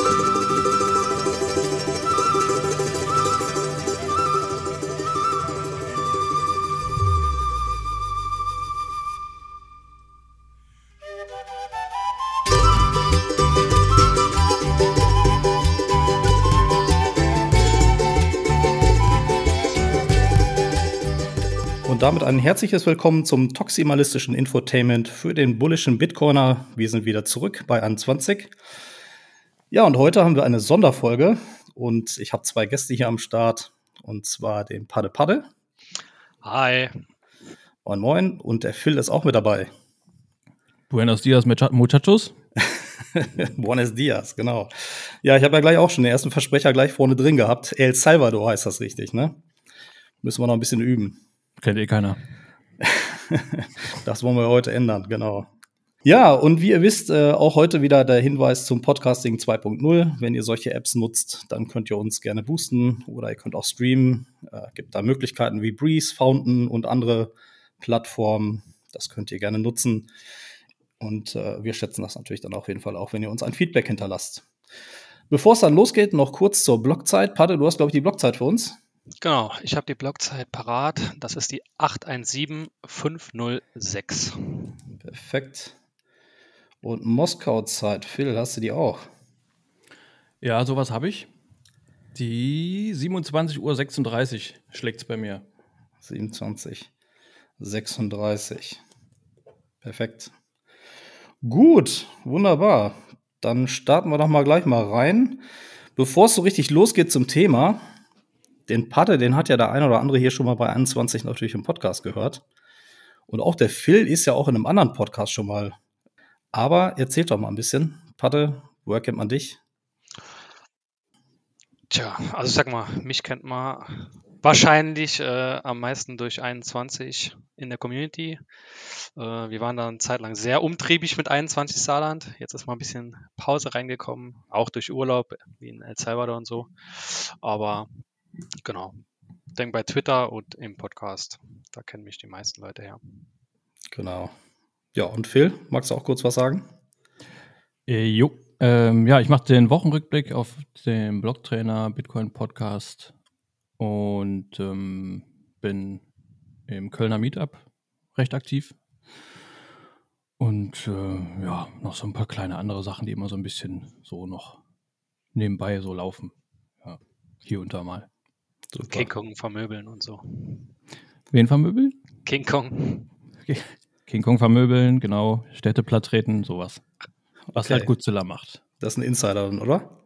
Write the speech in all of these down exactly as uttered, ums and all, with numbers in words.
Und damit ein herzliches Willkommen zum toximalistischen Infotainment für den bullischen Bitcoiner. Wir sind wieder zurück bei einundzwanzig. Ja, und heute haben wir eine Sonderfolge und ich habe zwei Gäste hier am Start, und zwar den Padde Padde. Hi. Moin Moin, und der Phil ist auch mit dabei. Buenos dias, muchachos. Buenos dias, genau. Ja, ich habe ja gleich auch schon den ersten Versprecher gleich vorne drin gehabt. El Salvador heißt das richtig, ne? Müssen wir noch ein bisschen üben. Kennt eh keiner. Das wollen wir heute ändern, genau. Ja, und wie ihr wisst, äh, auch heute wieder der Hinweis zum Podcasting zwei Punkt null. Wenn ihr solche Apps nutzt, dann könnt ihr uns gerne boosten oder ihr könnt auch streamen. Äh, gibt da Möglichkeiten wie Breeze, Fountain und andere Plattformen. Das könnt ihr gerne nutzen. Und äh, wir schätzen das natürlich dann auf jeden Fall auch, wenn ihr uns ein Feedback hinterlasst. Bevor es dann losgeht, noch kurz zur Blockzeit. Padde, du hast, glaube ich, die Blockzeit für uns. Genau, ich habe die Blockzeit parat. Das ist die acht eins sieben fünf null sechs. Perfekt. Und Moskau-Zeit, Phil, hast du die auch? Ja, sowas habe ich. Die siebenundzwanzig Uhr sechsunddreißig schlägt es bei mir. siebenundzwanzig Uhr sechsunddreißig. Perfekt. Gut, wunderbar. Dann starten wir doch mal gleich mal rein. Bevor es so richtig losgeht zum Thema, den Padde, den hat ja der ein oder andere hier schon mal bei einundzwanzig natürlich im Podcast gehört. Und auch der Phil ist ja auch in einem anderen Podcast schon mal. Aber erzähl doch mal ein bisschen. Padde, woher kennt man dich? Tja, also ich sag mal, mich kennt man wahrscheinlich äh, am meisten durch einundzwanzig in der Community. Äh, wir waren da eine Zeit lang sehr umtriebig mit einundzwanzig Saarland. Jetzt ist mal ein bisschen Pause reingekommen, auch durch Urlaub, wie in El Salvador und so. Aber genau, ich denke bei Twitter und im Podcast, da kennen mich die meisten Leute her. Genau. Ja, und Phil, magst du auch kurz was sagen? Äh, jo. Ähm, ja, ich mache den Wochenrückblick auf dem Blocktrainer Bitcoin Podcast und ähm, bin im Kölner Meetup recht aktiv. Und äh, ja, noch so ein paar kleine andere Sachen, die immer so ein bisschen so noch nebenbei so laufen. Ja, hier und da mal. Super. King Kong vermöbeln und so. Wen vermöbeln? King Kong. King Kong vermöbeln, genau. Städte platt treten, sowas. Was Okay. halt Godzilla macht. Das ist ein Insider, oder?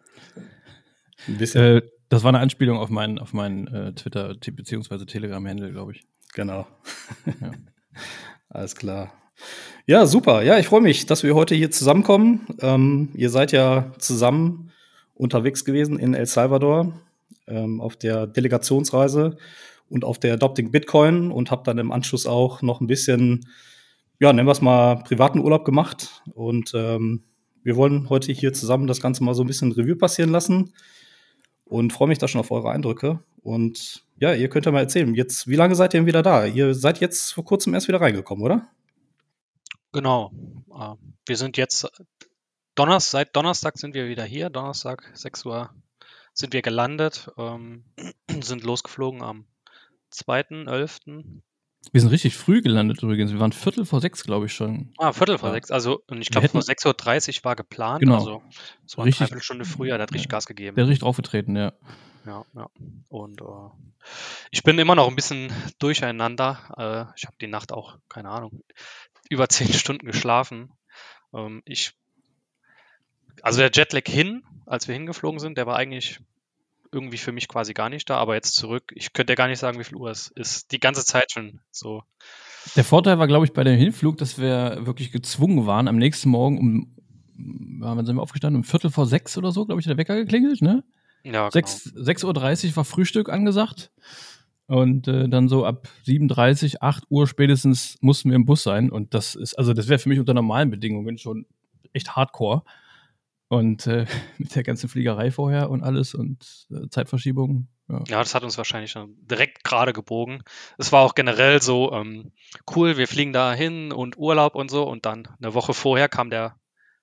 Ein bisschen. Äh, das war eine Anspielung auf meinen auf meinen äh, Twitter- bzw. Telegram-Handle, glaube ich. Genau. Ja. Alles klar. Ja, super. Ja, ich freue mich, dass wir heute hier zusammenkommen. Ähm, ihr seid ja zusammen unterwegs gewesen in El Salvador ähm, auf der Delegationsreise und auf der Adopting Bitcoin und habt dann im Anschluss auch noch ein bisschen, ja, nennen wir es mal, privaten Urlaub gemacht. Und ähm, wir wollen heute hier zusammen das Ganze mal so ein bisschen Revue passieren lassen und freue mich da schon auf eure Eindrücke. Und ja, ihr könnt ja mal erzählen, jetzt, wie lange seid ihr denn wieder da? Ihr seid jetzt vor kurzem erst wieder reingekommen, oder? Genau. Äh, wir sind jetzt Donnerstag, seit Donnerstag sind wir wieder hier. Donnerstag, sechs Uhr sind wir gelandet, ähm, sind losgeflogen am zweiten elften Wir sind richtig früh gelandet übrigens. Wir waren Viertel vor sechs, glaube ich, schon. Ah, Viertel vor Ja. sechs. Also, und ich Wir glaube, hätten- vor sechs Uhr dreißig war geplant. Genau. Also, es war eine Richtig- Dreiviertelstunde früher. Der hat richtig Ja. Gas gegeben. Der ist richtig draufgetreten, ja. Ja, ja. Und äh, ich bin immer noch ein bisschen durcheinander. Äh, ich habe die Nacht auch, keine Ahnung, über zehn Stunden geschlafen. Ähm, ich, also der Jetlag hin, als wir hingeflogen sind, der war eigentlich irgendwie für mich quasi gar nicht da, aber jetzt zurück, ich könnte ja gar nicht sagen, wie viel Uhr es ist. Die ganze Zeit schon so. Der Vorteil war, glaube ich, bei dem Hinflug, dass wir wirklich gezwungen waren, am nächsten Morgen um, wann sind wir aufgestanden? Um Viertel vor sechs oder so, glaube ich, hat der Wecker geklingelt, ne? Ja, sechs Uhr dreißig war Frühstück angesagt. Und äh, dann so ab sieben Uhr dreißig, acht Uhr spätestens mussten wir im Bus sein. Und das ist, also das wäre für mich unter normalen Bedingungen schon echt hardcore. Und äh, mit der ganzen Fliegerei vorher und alles und äh, Zeitverschiebung. Ja. Ja, das hat uns wahrscheinlich schon direkt gerade gebogen. Es war auch generell so, ähm, cool, wir fliegen da hin und Urlaub und so. Und dann eine Woche vorher kam der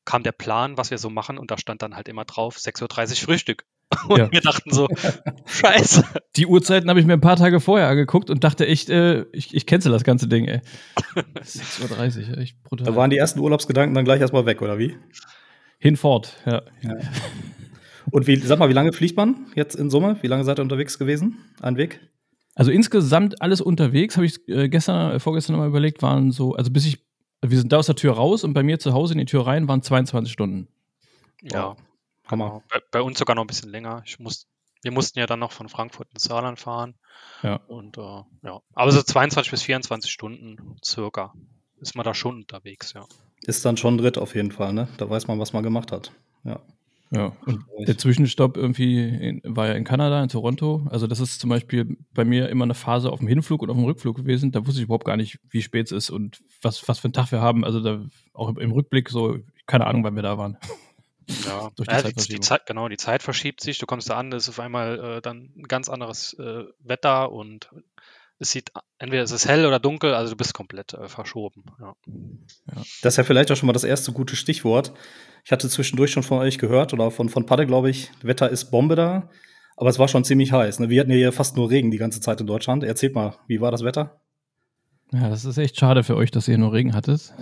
kam der Plan, was wir so machen, und da stand dann halt immer drauf, sechs Uhr dreißig Frühstück. Und Ja. wir dachten so, scheiße. Die Uhrzeiten habe ich mir ein paar Tage vorher angeguckt und dachte echt, äh, ich, ich cancel das ganze Ding, ey. sechs Uhr dreißig, echt brutal. Da waren die ersten Urlaubsgedanken dann gleich erstmal weg, oder wie? Hinfort, ja. Ja. Und wie, sag mal, wie lange fliegt man jetzt in Summe? Wie lange seid ihr unterwegs gewesen? Ein Weg? Also insgesamt alles unterwegs, habe ich äh, gestern, äh, vorgestern nochmal überlegt, waren so, also bis ich, wir sind da aus der Tür raus und bei mir zu Hause in die Tür rein waren zweiundzwanzig Stunden. Ja, Wow. Hammer. genau. Bei, bei uns sogar noch ein bisschen länger. Ich muss, wir mussten ja dann noch von Frankfurt ins Saarland fahren. Ja. Und äh, ja, aber so zweiundzwanzig bis vierundzwanzig Stunden circa ist man da schon unterwegs, ja. Ist dann schon Ritt auf jeden Fall, ne? Da weiß man, was man gemacht hat. Ja. Ja, und der Zwischenstopp irgendwie in, war ja in Kanada, in Toronto. Also das ist zum Beispiel bei mir immer eine Phase auf dem Hinflug und auf dem Rückflug gewesen. Da wusste ich überhaupt gar nicht, wie spät es ist und was, was für einen Tag wir haben. Also da auch im Rückblick so, keine Ahnung, wann wir da waren. Ja, Durch die ja, die, die Zeitverschiebung. Zeit, genau, die Zeit verschiebt sich. Du kommst da an, es ist auf einmal äh, dann ein ganz anderes äh, Wetter und es sieht, entweder es ist hell oder dunkel, also du bist komplett äh, verschoben. Ja. Das ist ja vielleicht auch schon mal das erste gute Stichwort. Ich hatte zwischendurch schon von euch gehört oder von, von Padde, glaube ich, Wetter ist Bombe da, aber es war schon ziemlich heiß. Ne? Wir hatten ja hier fast nur Regen die ganze Zeit in Deutschland. Erzählt mal, wie war das Wetter? Ja, das ist echt schade für euch, dass ihr nur Regen hattet.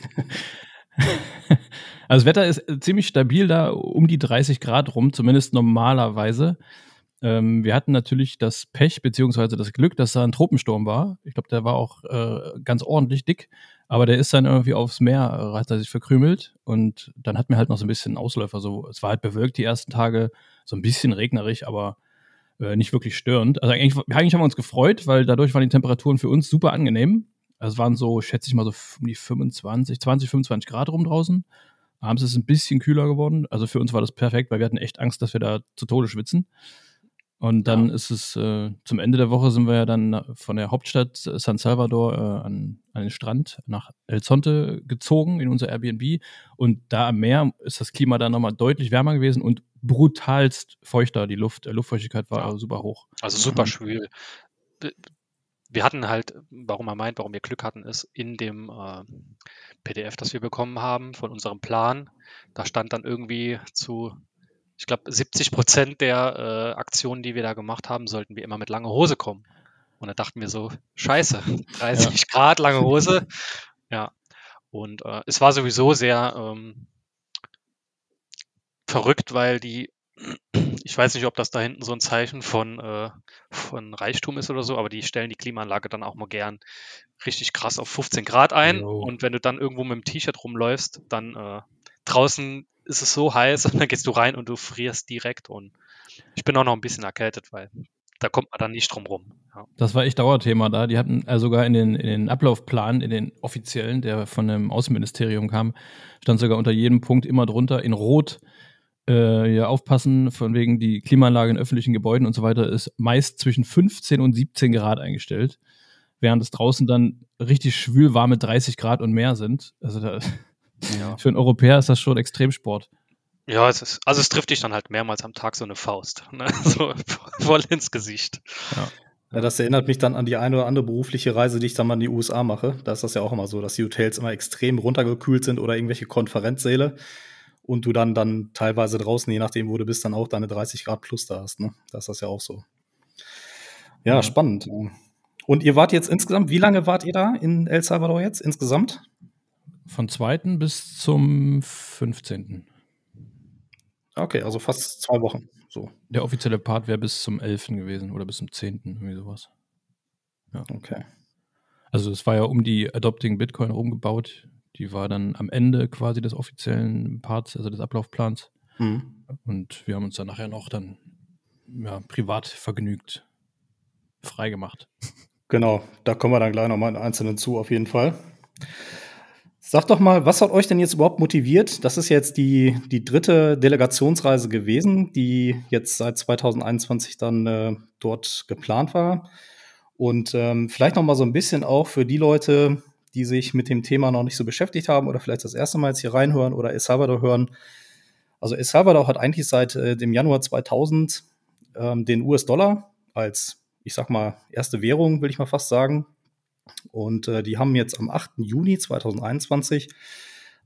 Also das Wetter ist ziemlich stabil da, um die dreißig Grad rum, zumindest normalerweise. Ähm, wir hatten natürlich das Pech beziehungsweise das Glück, dass da ein Tropensturm war. Ich glaube, der war auch äh, ganz ordentlich dick, aber der ist dann irgendwie aufs Meer, äh, hat er sich verkrümelt und dann hatten wir halt noch so ein bisschen Ausläufer. So, es war halt bewölkt die ersten Tage, so ein bisschen regnerisch, aber äh, nicht wirklich störend. Also eigentlich, eigentlich haben wir uns gefreut, weil dadurch waren die Temperaturen für uns super angenehm. Also es waren so, schätze ich mal, so um die fünfundzwanzig, zwanzig, fünfundzwanzig Grad rum draußen. Abends ist es ein bisschen kühler geworden. Also für uns war das perfekt, weil wir hatten echt Angst, dass wir da zu Tode schwitzen. Und dann ja. ist es, äh, zum Ende der Woche sind wir ja dann von der Hauptstadt San Salvador äh, an, an den Strand nach El Zonte gezogen in unser Airbnb. Und da am Meer ist das Klima dann nochmal deutlich wärmer gewesen und brutalst feuchter. Die Luft, äh, Luftfeuchtigkeit war ja. super hoch. Also super mhm. schwül. Wir hatten halt, warum er meint, warum wir Glück hatten, ist in dem äh, P D F, das wir bekommen haben von unserem Plan, da stand dann irgendwie zu, ich glaube, siebzig Prozent der äh, Aktionen, die wir da gemacht haben, sollten wir immer mit langer Hose kommen. Und da dachten wir so, scheiße, dreißig ja. Grad, lange Hose. Ja, und äh, es war sowieso sehr ähm, verrückt, weil die, ich weiß nicht, ob das da hinten so ein Zeichen von, äh, von Reichtum ist oder so, aber die stellen die Klimaanlage dann auch mal gern richtig krass auf fünfzehn Grad ein. Jo. Und wenn du dann irgendwo mit dem T-Shirt rumläufst, dann äh, draußen ist es so heiß und dann gehst du rein und du frierst direkt. Und ich bin auch noch ein bisschen erkältet, weil da kommt man dann nicht drum rum. Ja. Das war echt Dauerthema da. Die hatten also sogar in den, in den Ablaufplan, in den offiziellen, der von dem Außenministerium kam, stand sogar unter jedem Punkt immer drunter in Rot, Äh, ja, aufpassen, von wegen die Klimaanlage in öffentlichen Gebäuden und so weiter ist meist zwischen fünfzehn und siebzehn Grad eingestellt, während es draußen dann richtig schwül warme dreißig Grad und mehr sind. Also da, ja. Für einen Europäer ist das schon Extremsport. Ja, es ist, also es trifft dich dann halt mehrmals am Tag so eine Faust, ne? So voll ins Gesicht. Ja. Ja, das erinnert mich dann an die eine oder andere berufliche Reise, die ich dann mal in die U S A mache. Da ist das ja auch immer so, dass die Hotels immer extrem runtergekühlt sind oder irgendwelche Konferenzsäle. Und du dann, dann teilweise draußen, je nachdem, wo du bist, dann auch deine dreißig Grad plus da hast. Ne? Das ist das ja auch so. Ja, ja, spannend. Und ihr wart jetzt insgesamt, wie lange wart ihr da in El Salvador jetzt insgesamt? Von zweiten bis zum fünfzehnten Okay, also fast zwei Wochen. So. Der offizielle Part wäre bis zum elften gewesen oder bis zum zehnten irgendwie sowas. Ja. Okay. Also es war ja um die Adopting Bitcoin rumgebaut. Die war dann am Ende quasi des offiziellen Parts, also des Ablaufplans. Mhm. Und wir haben uns dann nachher noch dann ja, privat vergnügt freigemacht. Genau, da kommen wir dann gleich nochmal in Einzelnen zu, auf jeden Fall. Sagt doch mal, was hat euch denn jetzt überhaupt motiviert? Das ist jetzt die, die dritte Delegationsreise gewesen, die jetzt seit zwanzig einundzwanzig dann äh, dort geplant war. Und ähm, vielleicht noch mal so ein bisschen auch für die Leute, die sich mit dem Thema noch nicht so beschäftigt haben oder vielleicht das erste Mal jetzt hier reinhören oder El Salvador hören. Also El Salvador hat eigentlich seit äh, dem Januar zweitausend ähm, den U S-Dollar als, ich sag mal, erste Währung, will ich mal fast sagen. Und äh, die haben jetzt am achten Juni zweitausendeinundzwanzig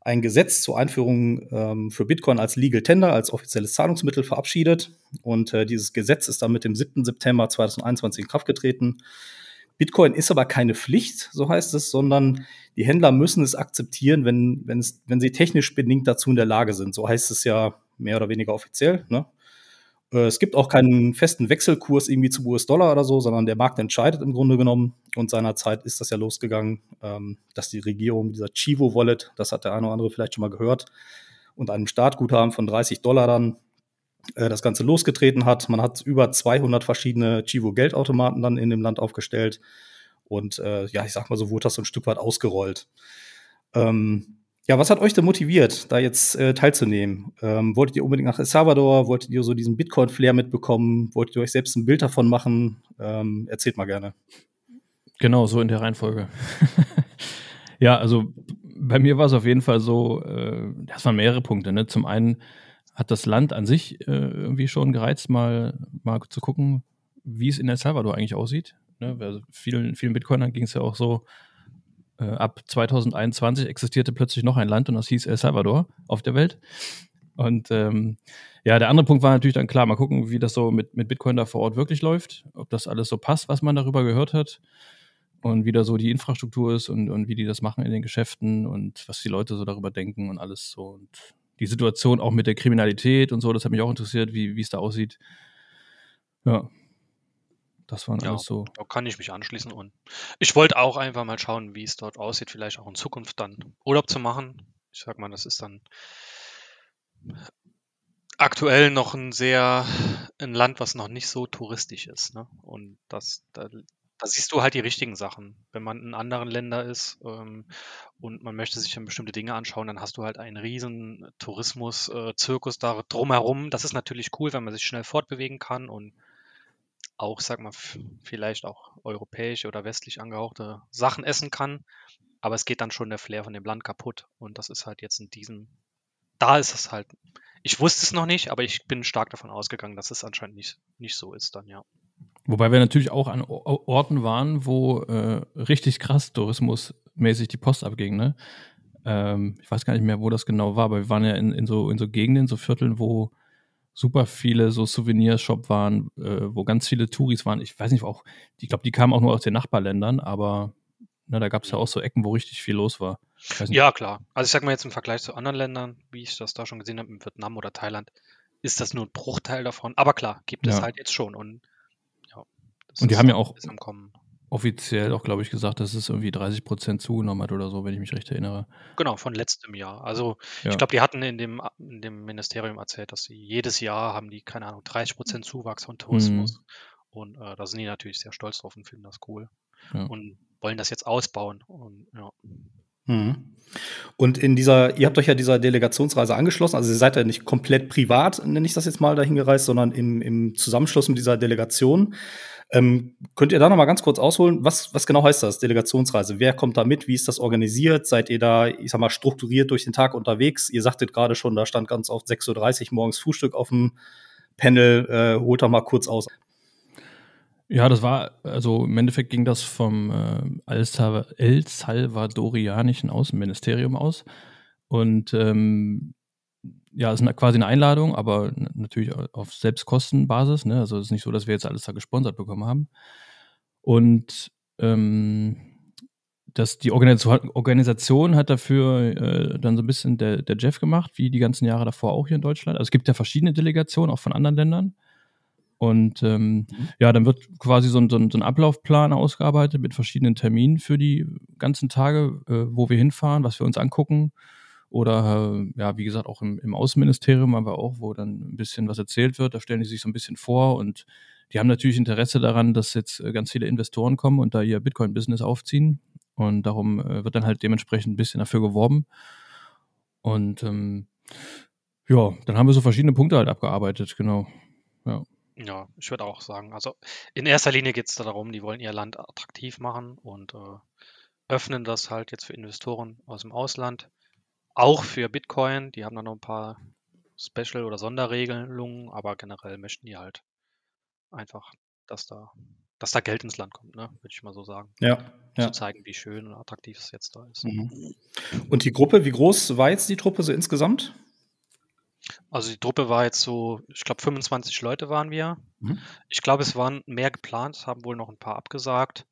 ein Gesetz zur Einführung ähm, für Bitcoin als Legal Tender, als offizielles Zahlungsmittel verabschiedet. Und äh, dieses Gesetz ist dann mit dem siebten September zweitausendeinundzwanzig in Kraft getreten. Bitcoin ist aber keine Pflicht, so heißt es, sondern die Händler müssen es akzeptieren, wenn, wenn, es, wenn sie technisch bedingt dazu in der Lage sind. So heißt es ja mehr oder weniger offiziell. Ne? Äh, Es gibt auch keinen festen Wechselkurs irgendwie zu U S-Dollar oder so, sondern der Markt entscheidet im Grunde genommen. Und seinerzeit ist das ja losgegangen, ähm, dass die Regierung dieser Chivo-Wallet, das hat der eine oder andere vielleicht schon mal gehört, und einem Startguthaben von dreißig Dollar dann äh, das Ganze losgetreten hat. Man hat über zweihundert verschiedene Chivo-Geldautomaten dann in dem Land aufgestellt. Und äh, ja, ich sag mal, so wurde das so ein Stück weit ausgerollt. Ähm, ja, was hat euch denn motiviert, da jetzt äh, teilzunehmen? Ähm, wolltet ihr unbedingt nach El Salvador? Wolltet ihr so diesen Bitcoin-Flair mitbekommen? Wolltet ihr euch selbst ein Bild davon machen? Ähm, erzählt mal gerne. Genau, so in der Reihenfolge. Ja, also bei mir war es auf jeden Fall so, äh, das waren mehrere Punkte. Ne? Zum einen hat das Land an sich äh, irgendwie schon gereizt, mal, mal zu gucken, wie es in El Salvador eigentlich aussieht. Ne? Also vielen, vielen Bitcoinern ging es ja auch so, äh, ab zweitausendeinundzwanzig existierte plötzlich noch ein Land und das hieß El Salvador auf der Welt. Und ähm, ja, der andere Punkt war natürlich dann klar, mal gucken, wie das so mit, mit Bitcoin da vor Ort wirklich läuft, ob das alles so passt, was man darüber gehört hat und wie da so die Infrastruktur ist und, und wie die das machen in den Geschäften und was die Leute so darüber denken und alles so. Und die Situation auch mit der Kriminalität und so, das hat mich auch interessiert, wie wie es da aussieht. Ja, das waren Ja, alles so. da kann ich mich anschließen. Und ich wollte auch einfach mal schauen, wie es dort aussieht, vielleicht auch in Zukunft dann Urlaub zu machen. Ich sag mal, das ist dann aktuell noch ein sehr ein Land, was noch nicht so touristisch ist, ne? Und das da da siehst du halt die richtigen Sachen. Wenn man in anderen Ländern ist, ähm, und man möchte sich dann bestimmte Dinge anschauen, dann hast du halt einen riesen Tourismus äh, Zirkus da drumherum. Das ist natürlich cool, wenn man sich schnell fortbewegen kann und auch, sag mal, v vielleicht auch europäisch oder westlich angehauchte Sachen essen kann, aber es geht dann schon der Flair von dem Land kaputt und das ist halt jetzt in diesem da ist es halt ich wusste es noch nicht, aber ich bin stark davon ausgegangen, dass es anscheinend nicht nicht so ist dann, ja. Wobei wir natürlich auch an O O Orten waren, wo äh, richtig krass tourismusmäßig die Post abging, ne? Ähm, ich weiß gar nicht mehr, wo das genau war, aber wir waren ja in in so in so Gegenden, so Vierteln, wo super viele so Souvenirshop waren, äh, wo ganz viele Touris waren. Ich weiß nicht, auch ich glaube, die kamen auch nur aus den Nachbarländern, aber, ne, da gab's ja auch Mhm. so Ecken, wo richtig viel los war. Ich weiß nicht. Ja, klar. Also, ich sage mal jetzt im Vergleich zu anderen Ländern, wie ich das da schon gesehen habe, in Vietnam oder Thailand, ist das nur 'n Bruchteil davon. Aber klar, gibt es Ja. halt jetzt schon und ja, das Und die haben ist ja auch ist am Kommen. offiziell auch, glaube ich, gesagt, dass es irgendwie dreißig Prozent zugenommen hat oder so, wenn ich mich recht erinnere. Genau, von letztem Jahr. Also, ich Ja. glaube, die hatten in dem a in dem Ministerium erzählt, dass sie jedes Jahr haben die, keine Ahnung, dreißig Prozent Zuwachs von Mhm. Tourismus. Und, äh, da sind die natürlich sehr stolz drauf und finden das cool Ja. und wollen das jetzt ausbauen und ja. Mhm. Und in dieser ihr habt euch ja dieser Delegationsreise angeschlossen. Also, ihr seid ja nicht komplett privat, nenne ich das jetzt mal, dahin gereist, sondern im im Zusammenschluss mit dieser Delegation. Ähm, könnt ihr da noch mal ganz kurz ausholen, was was genau heißt das, Delegationsreise? Wer kommt da mit? Wie ist das organisiert? Seid ihr da, ich sage mal, strukturiert durch den Tag unterwegs? Ihr sagtet gerade schon, da stand ganz oft sechs Uhr dreißig morgens Frühstück auf'm Panel. Äh, holt doch mal kurz aus. Ja, das war also im Endeffekt ging das vom, äh, El Salva El Salvadorianischen Außenministerium aus. Und, ähm, ja, ist 'ne quasi 'ne Einladung, aber n natürlich au auf Selbstkostenbasis, ne? Also, es ist nicht so, dass wir jetzt alles da gesponsert bekommen haben. Und, ähm, das die Organisation Organisation hat dafür, äh, dann so 'n bisschen der der Jeff gemacht, wie die ganzen Jahre davor auch hier in Deutschland. Also, es gibt ja verschiedene Delegationen, auch von anderen Ländern. Und, ähm, Mhm. ja, dann wird quasi so 'n so 'n so 'n Ablaufplan ausgearbeitet mit verschiedenen Terminen für die ganzen Tage, äh, wo wir hinfahren, was wir uns angucken. Oder, äh, ja, wie gesagt, auch im im Außenministerium waren wir auch, wo dann 'n bisschen was erzählt wird. Da stellen die sich so 'n bisschen vor und die haben natürlich Interesse daran, dass jetzt, äh, ganz viele Investoren kommen und da ihr Bitcoin-Business aufziehen. Und darum, äh, wird dann halt dementsprechend 'n bisschen dafür geworben. Und, ähm, ja, dann haben wir so verschiedene Punkte halt abgearbeitet, genau. Ja. Ja, ich würde auch sagen, also, in erster Linie geht's da darum, die wollen ihr Land attraktiv machen und, äh, öffnen das halt jetzt für Investoren aus'm Ausland, auch für Bitcoin. Die haben da noch 'n paar Special oder Sonderregelungen, aber generell möchten die halt einfach, dass da dass da Geld ins Land kommt, ne? Würde ich mal so sagen. Ja, Zu ja. zeigen, wie schön und attraktiv es jetzt da ist. Mhm. Und die Gruppe, wie groß war jetzt die Truppe so insgesamt? Also die Truppe war jetzt so, ich glaube fünfundzwanzig Leute waren wir. Mhm. Ich glaube, es waren mehr geplant, es haben wohl noch ein paar abgesagt.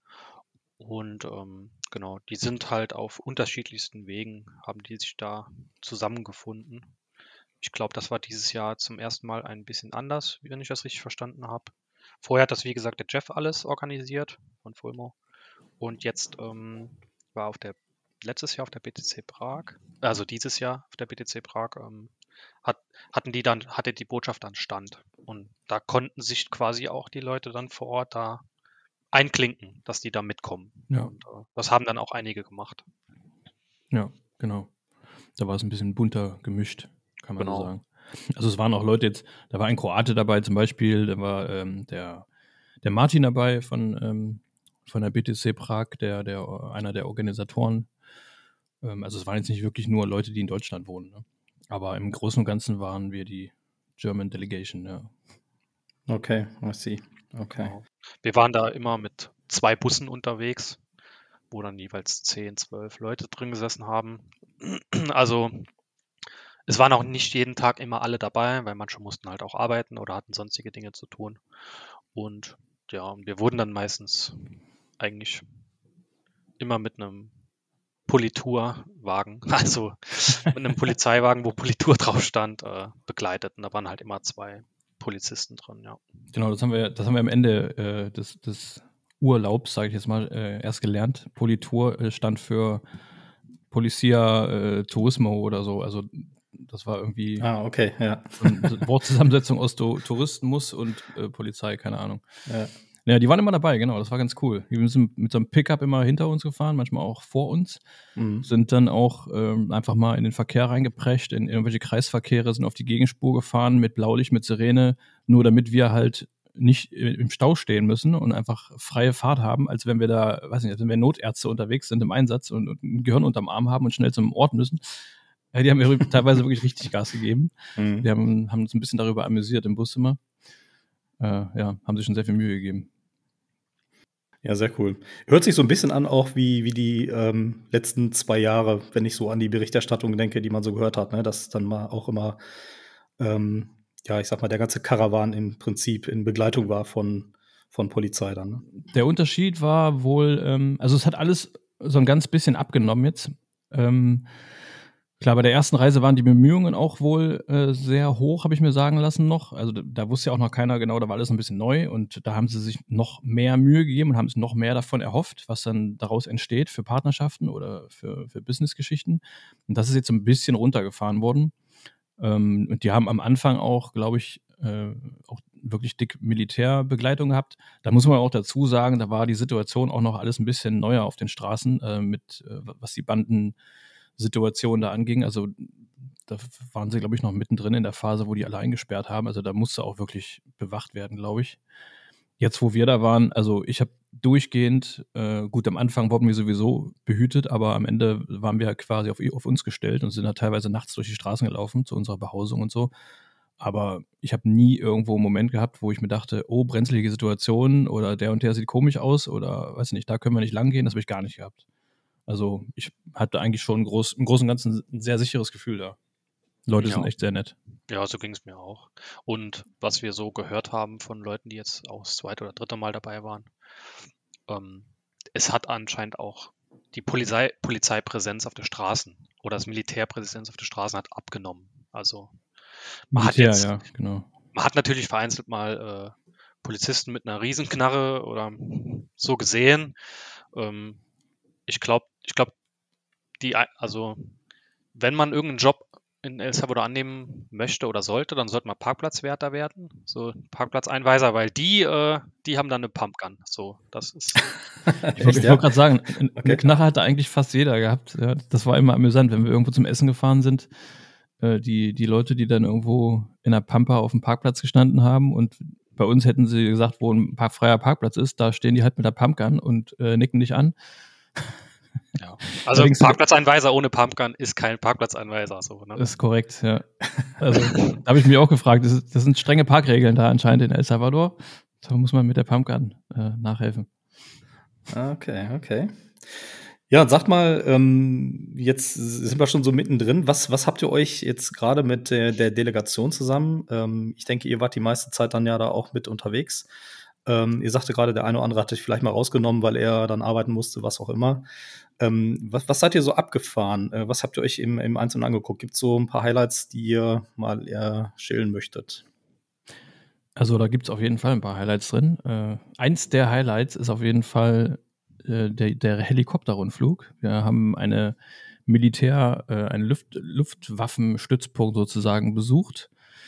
Und ähm, genau, die sind halt auf unterschiedlichsten Wegen, haben die sich da zusammengefunden. Ich glaube, das war dieses Jahr zum ersten Mal ein bisschen anders, wenn ich das richtig verstanden habe. Vorher hat das, wie gesagt, der Jeff alles organisiert von Fulmo. Und jetzt ähm, war auf der, letztes Jahr auf der B T C Prag, also dieses Jahr auf der B T C Prag, ähm, hat, hatten die dann, hatte die Botschaft dann Stand. Und da konnten sich quasi auch die Leute dann vor Ort da einklinken, dass die da mitkommen. Ja. Und äh, das haben dann auch einige gemacht. Ja, genau. Da war es ein bisschen bunter gemischt, kann man Genau. so sagen. Also es waren auch Leute jetzt, da war ein Kroate dabei zum Beispiel, da war ähm, der, der Martin dabei von, ähm, von der B T C Prag, der, der, einer der Organisatoren. Ähm, also es waren jetzt nicht wirklich nur Leute, die in Deutschland wohnen. Ne? Aber im Großen und Ganzen waren wir die German Delegation, ja. Okay, I see. Okay. Genau. Wir waren da immer mit zwei Bussen unterwegs, wo dann jeweils zehn, zwölf Leute drin gesessen haben. Also es waren auch nicht jeden Tag immer alle dabei, weil manche mussten halt auch arbeiten oder hatten sonstige Dinge zu tun. Und ja, wir wurden dann meistens eigentlich immer mit einem Politurwagen, also mit einem Polizeiwagen, wo Politur drauf stand, äh, begleitet. Und da waren halt immer zwei Polizisten drin, ja. Genau, das haben wir, das haben wir am Ende äh, des, des Urlaubs, sage ich jetzt mal, äh, erst gelernt. Politur äh, stand für Policia äh, Turismo oder so. Also das war irgendwie Ah, okay, ja. eine Wortzusammensetzung aus Tu- Tourismus und äh, Polizei, keine Ahnung. Ja. Ja, die waren immer dabei, genau, das war ganz cool. Wir sind mit so einem Pickup immer hinter uns gefahren, manchmal auch vor uns. Mhm. Sind dann auch ähm, einfach mal in den Verkehr reingeprescht, in irgendwelche Kreisverkehre, sind auf die Gegenspur gefahren mit Blaulicht, mit Sirene, nur damit wir halt nicht im Stau stehen müssen und einfach freie Fahrt haben, als wenn wir da, weiß nicht, als wenn wir Notärzte unterwegs sind im Einsatz und, und ein Gehirn unterm Arm haben und schnell zum Ort müssen. Ja, die haben mir teilweise wirklich richtig Gas gegeben. Mhm. Die haben, haben uns ein bisschen darüber amüsiert im Bus immer. Äh, ja, haben sich schon sehr viel Mühe gegeben. Ja, sehr cool. Hört sich so ein bisschen an, auch wie, wie die ähm, letzten zwei Jahre, wenn ich so an die Berichterstattung denke, die man so gehört hat, ne? Dass dann mal auch immer, ähm, ja, ich sag mal, der ganze Karawan im Prinzip in Begleitung war von, von Polizei dann. Ne? Der Unterschied war wohl, ähm, also es hat alles so ein ganz bisschen abgenommen jetzt. Ähm, klar, bei der ersten Reise waren die Bemühungen auch wohl äh, sehr hoch, habe ich mir sagen lassen noch. Also da, da wusste ja auch noch keiner genau, da war alles ein bisschen neu und da haben sie sich noch mehr Mühe gegeben und haben sich noch mehr davon erhofft, was dann daraus entsteht für Partnerschaften oder für, für Businessgeschichten. Und das ist jetzt ein bisschen runtergefahren worden. Ähm, und die haben am Anfang auch, glaube ich, äh, auch wirklich dick Militärbegleitung gehabt. Da muss man auch dazu sagen, da war die Situation auch noch alles ein bisschen neuer auf den Straßen, äh, mit äh, was die Bandensituation da anging. Also da waren sie, glaube ich, noch mittendrin in der Phase, wo die alle eingesperrt haben. Also da musste auch wirklich bewacht werden, glaube ich. Jetzt, wo wir da waren, also ich habe durchgehend, äh, gut, am Anfang wurden wir sowieso behütet, aber am Ende waren wir halt quasi auf, auf uns gestellt und sind halt teilweise nachts durch die Straßen gelaufen zu unserer Behausung und so. Aber ich habe nie irgendwo einen Moment gehabt, wo ich mir dachte, oh, brenzlige Situation oder der und der sieht komisch aus oder weiß nicht, da können wir nicht lang gehen, das habe ich gar nicht gehabt. Also ich hatte eigentlich schon groß, im Großen und Ganzen ein sehr sicheres Gefühl da. Leute Ja. sind echt sehr nett. Ja, so ging es mir auch. Und was wir so gehört haben von Leuten, die jetzt auch das zweite oder dritte Mal dabei waren, ähm, es hat anscheinend auch die Polizei, Polizeipräsenz auf den Straßen oder das Militärpräsenz auf den Straßen hat abgenommen. Also man hat Militär, jetzt, ja, genau. man hat natürlich vereinzelt mal äh, Polizisten mit einer Riesenknarre oder so gesehen. Ähm, ich glaube, ich glaube, die, also wenn man irgendeinen Job in El Salvador annehmen möchte oder sollte, dann sollte man Parkplatzwärter werden, so Parkplatzeinweiser, weil die, äh, die haben dann eine Pumpgun. So, das ist. Ich wollte Echt, ja? wollt gerade sagen, eine Okay. Knarre hatte eigentlich fast jeder gehabt. Ja, das war immer amüsant, wenn wir irgendwo zum Essen gefahren sind. Äh, die, die Leute, die dann irgendwo in der Pampa auf dem Parkplatz gestanden haben und bei uns hätten sie gesagt, wo ein park- freier Parkplatz ist, da stehen die halt mit der Pumpgun und äh, nicken dich an. Ja. Also denkst du- Parkplatzeinweiser ohne Pumpgun ist kein Parkplatzeinweiser. So, ne? Das ist korrekt, ja. Also da habe ich mich auch gefragt, das, ist, das sind strenge Parkregeln da anscheinend in El Salvador. Da muss man mit der Pumpgun äh, nachhelfen. Okay, okay. Ja, sagt mal, ähm, jetzt sind wir schon so mittendrin. Was, was habt ihr euch jetzt gerade mit der, der Delegation zusammen? Ähm, ich denke, ihr wart die meiste Zeit dann ja da auch mit unterwegs. Ähm, ihr sagte gerade, der eine oder andere hat euch vielleicht mal rausgenommen, weil er dann arbeiten musste, was auch immer. Ähm, was, was seid ihr so abgefahren? Äh, was habt ihr euch im, im Einzelnen angeguckt? Gibt es so ein paar Highlights, die ihr mal eher schälen möchtet? Also da gibt es auf jeden Fall ein paar Highlights drin. Äh, eins der Highlights ist auf jeden Fall äh, der, der Helikopterrundflug. Wir haben eine Militär, äh, einen Luft, Luftwaffenstützpunkt sozusagen besucht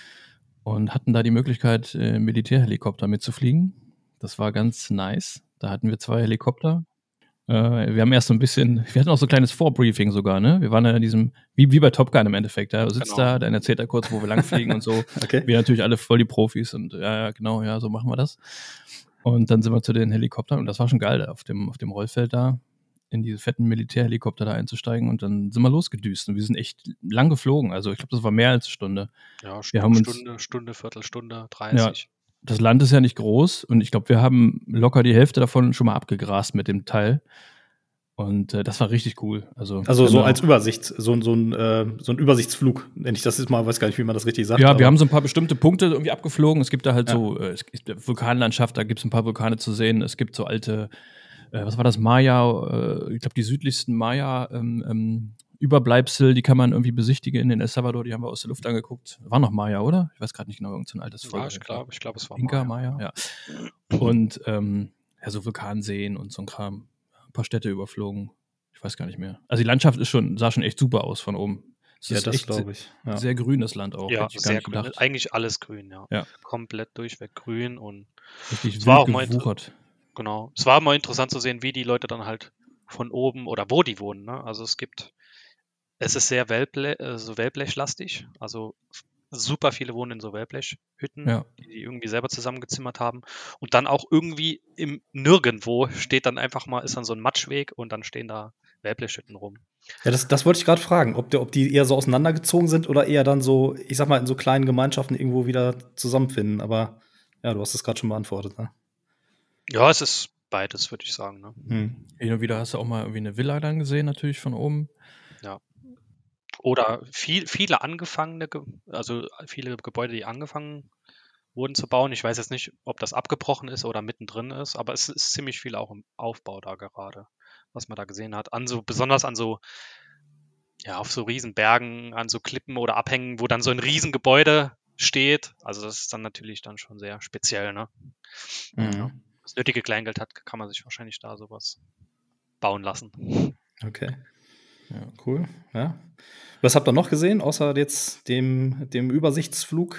und hatten da die Möglichkeit, äh, Militärhelikopter mitzufliegen. Das war ganz nice. Da hatten wir zwei Helikopter. Äh, wir haben erst so ein bisschen, wir hatten auch so ein kleines Vorbriefing sogar, ne? Wir waren ja in diesem, wie, wie bei Top Gun im Endeffekt, ja. Du sitzt Genau. da, dann erzählt er kurz, wo wir langfliegen und so. Okay. Wir natürlich alle voll die Profis und ja, ja, genau, ja, so machen wir das. Und dann sind wir zu den Helikoptern und das war schon geil, auf dem, auf dem Rollfeld da in diese fetten Militärhelikopter da einzusteigen und dann sind wir losgedüst und wir sind echt lang geflogen. Also ich glaube, das war mehr als eine Stunde. Ja, Wir Stunde, haben uns- Stunde, Stunde, Viertelstunde, dreißig. Das Land ist ja nicht groß und ich glaube, wir haben locker die Hälfte davon schon mal abgegrast mit dem Teil. Und äh, das war richtig cool. Also, Also so genau. als Übersicht, so, ein- so, ein, äh, so ein Übersichtsflug, nenne ich das jetzt mal, weiß gar nicht, wie man das richtig sagt. Ja, aber- wir haben so ein paar bestimmte Punkte irgendwie abgeflogen. Es gibt da halt Ja. so äh, es gibt Vulkanlandschaft, da gibt es ein paar Vulkane zu sehen. Es gibt so alte, äh, was war das, Maya, äh, ich glaube die südlichsten Maya ähm, ähm, Überbleibsel, die kann man irgendwie besichtigen in El Salvador, die haben wir aus der Luft angeguckt. War noch Maya, oder? Ich weiß gerade nicht genau, irgend so ein altes Volk. Ja, ich glaube, ich glaube, es war Inka, Maya, Maya, ja. Und ähm, ja, so Vulkanseen und so ein Kram. Ein paar Städte überflogen. Ich weiß gar nicht mehr. Also die Landschaft ist schon, sah schon echt super aus von oben. Es Ja, ist das echt glaube ich. Ja. sehr grünes Land auch. Ja, hätte ich gar sehr nicht grün. gedacht. Eigentlich alles grün, ja. Ja. Komplett durchweg grün und Richtig Es war wild auch mal inter- gewuchert. genau. Es war mal interessant zu sehen, wie die Leute dann halt von oben oder wo die wohnen. Ne? Also es gibt, es ist sehr Wellble äh, so Wellblechlastig. Also f- super viele wohnen in so Wellblechhütten, Ja. die die irgendwie selber zusammengezimmert haben. Und dann auch irgendwie im Nirgendwo steht dann einfach mal, ist dann so ein Matschweg und dann stehen da Wellblechhütten rum. Ja, das, das wollte ich gerade fragen, ob, der, ob die eher so auseinandergezogen sind oder eher dann so, ich sag mal, in so kleinen Gemeinschaften irgendwo wieder zusammenfinden. Aber ja, du hast es gerade schon beantwortet. Ne? Ja, es ist beides, würde ich sagen. Ne? Hm. Hin und wieder hast du auch mal irgendwie eine Villa dann gesehen, natürlich von oben. Oder viel, viele angefangene, Ge also viele Gebäude, die angefangen wurden zu bauen. Ich weiß jetzt nicht, ob das abgebrochen ist oder mittendrin ist, aber es ist ziemlich viel auch im Aufbau da gerade, was man da gesehen hat. An so, besonders an so, ja, auf so Riesenbergen, an so Klippen oder Abhängen, wo dann so ein Riesengebäude steht. Also das ist dann natürlich dann schon sehr speziell, ne? Mhm. Ja. Das nötige Kleingeld hat, kann man sich wahrscheinlich da sowas bauen lassen. Okay. Ja. Cool. Ja. Was habt ihr noch gesehen, außer jetzt dem, dem Übersichtsflug?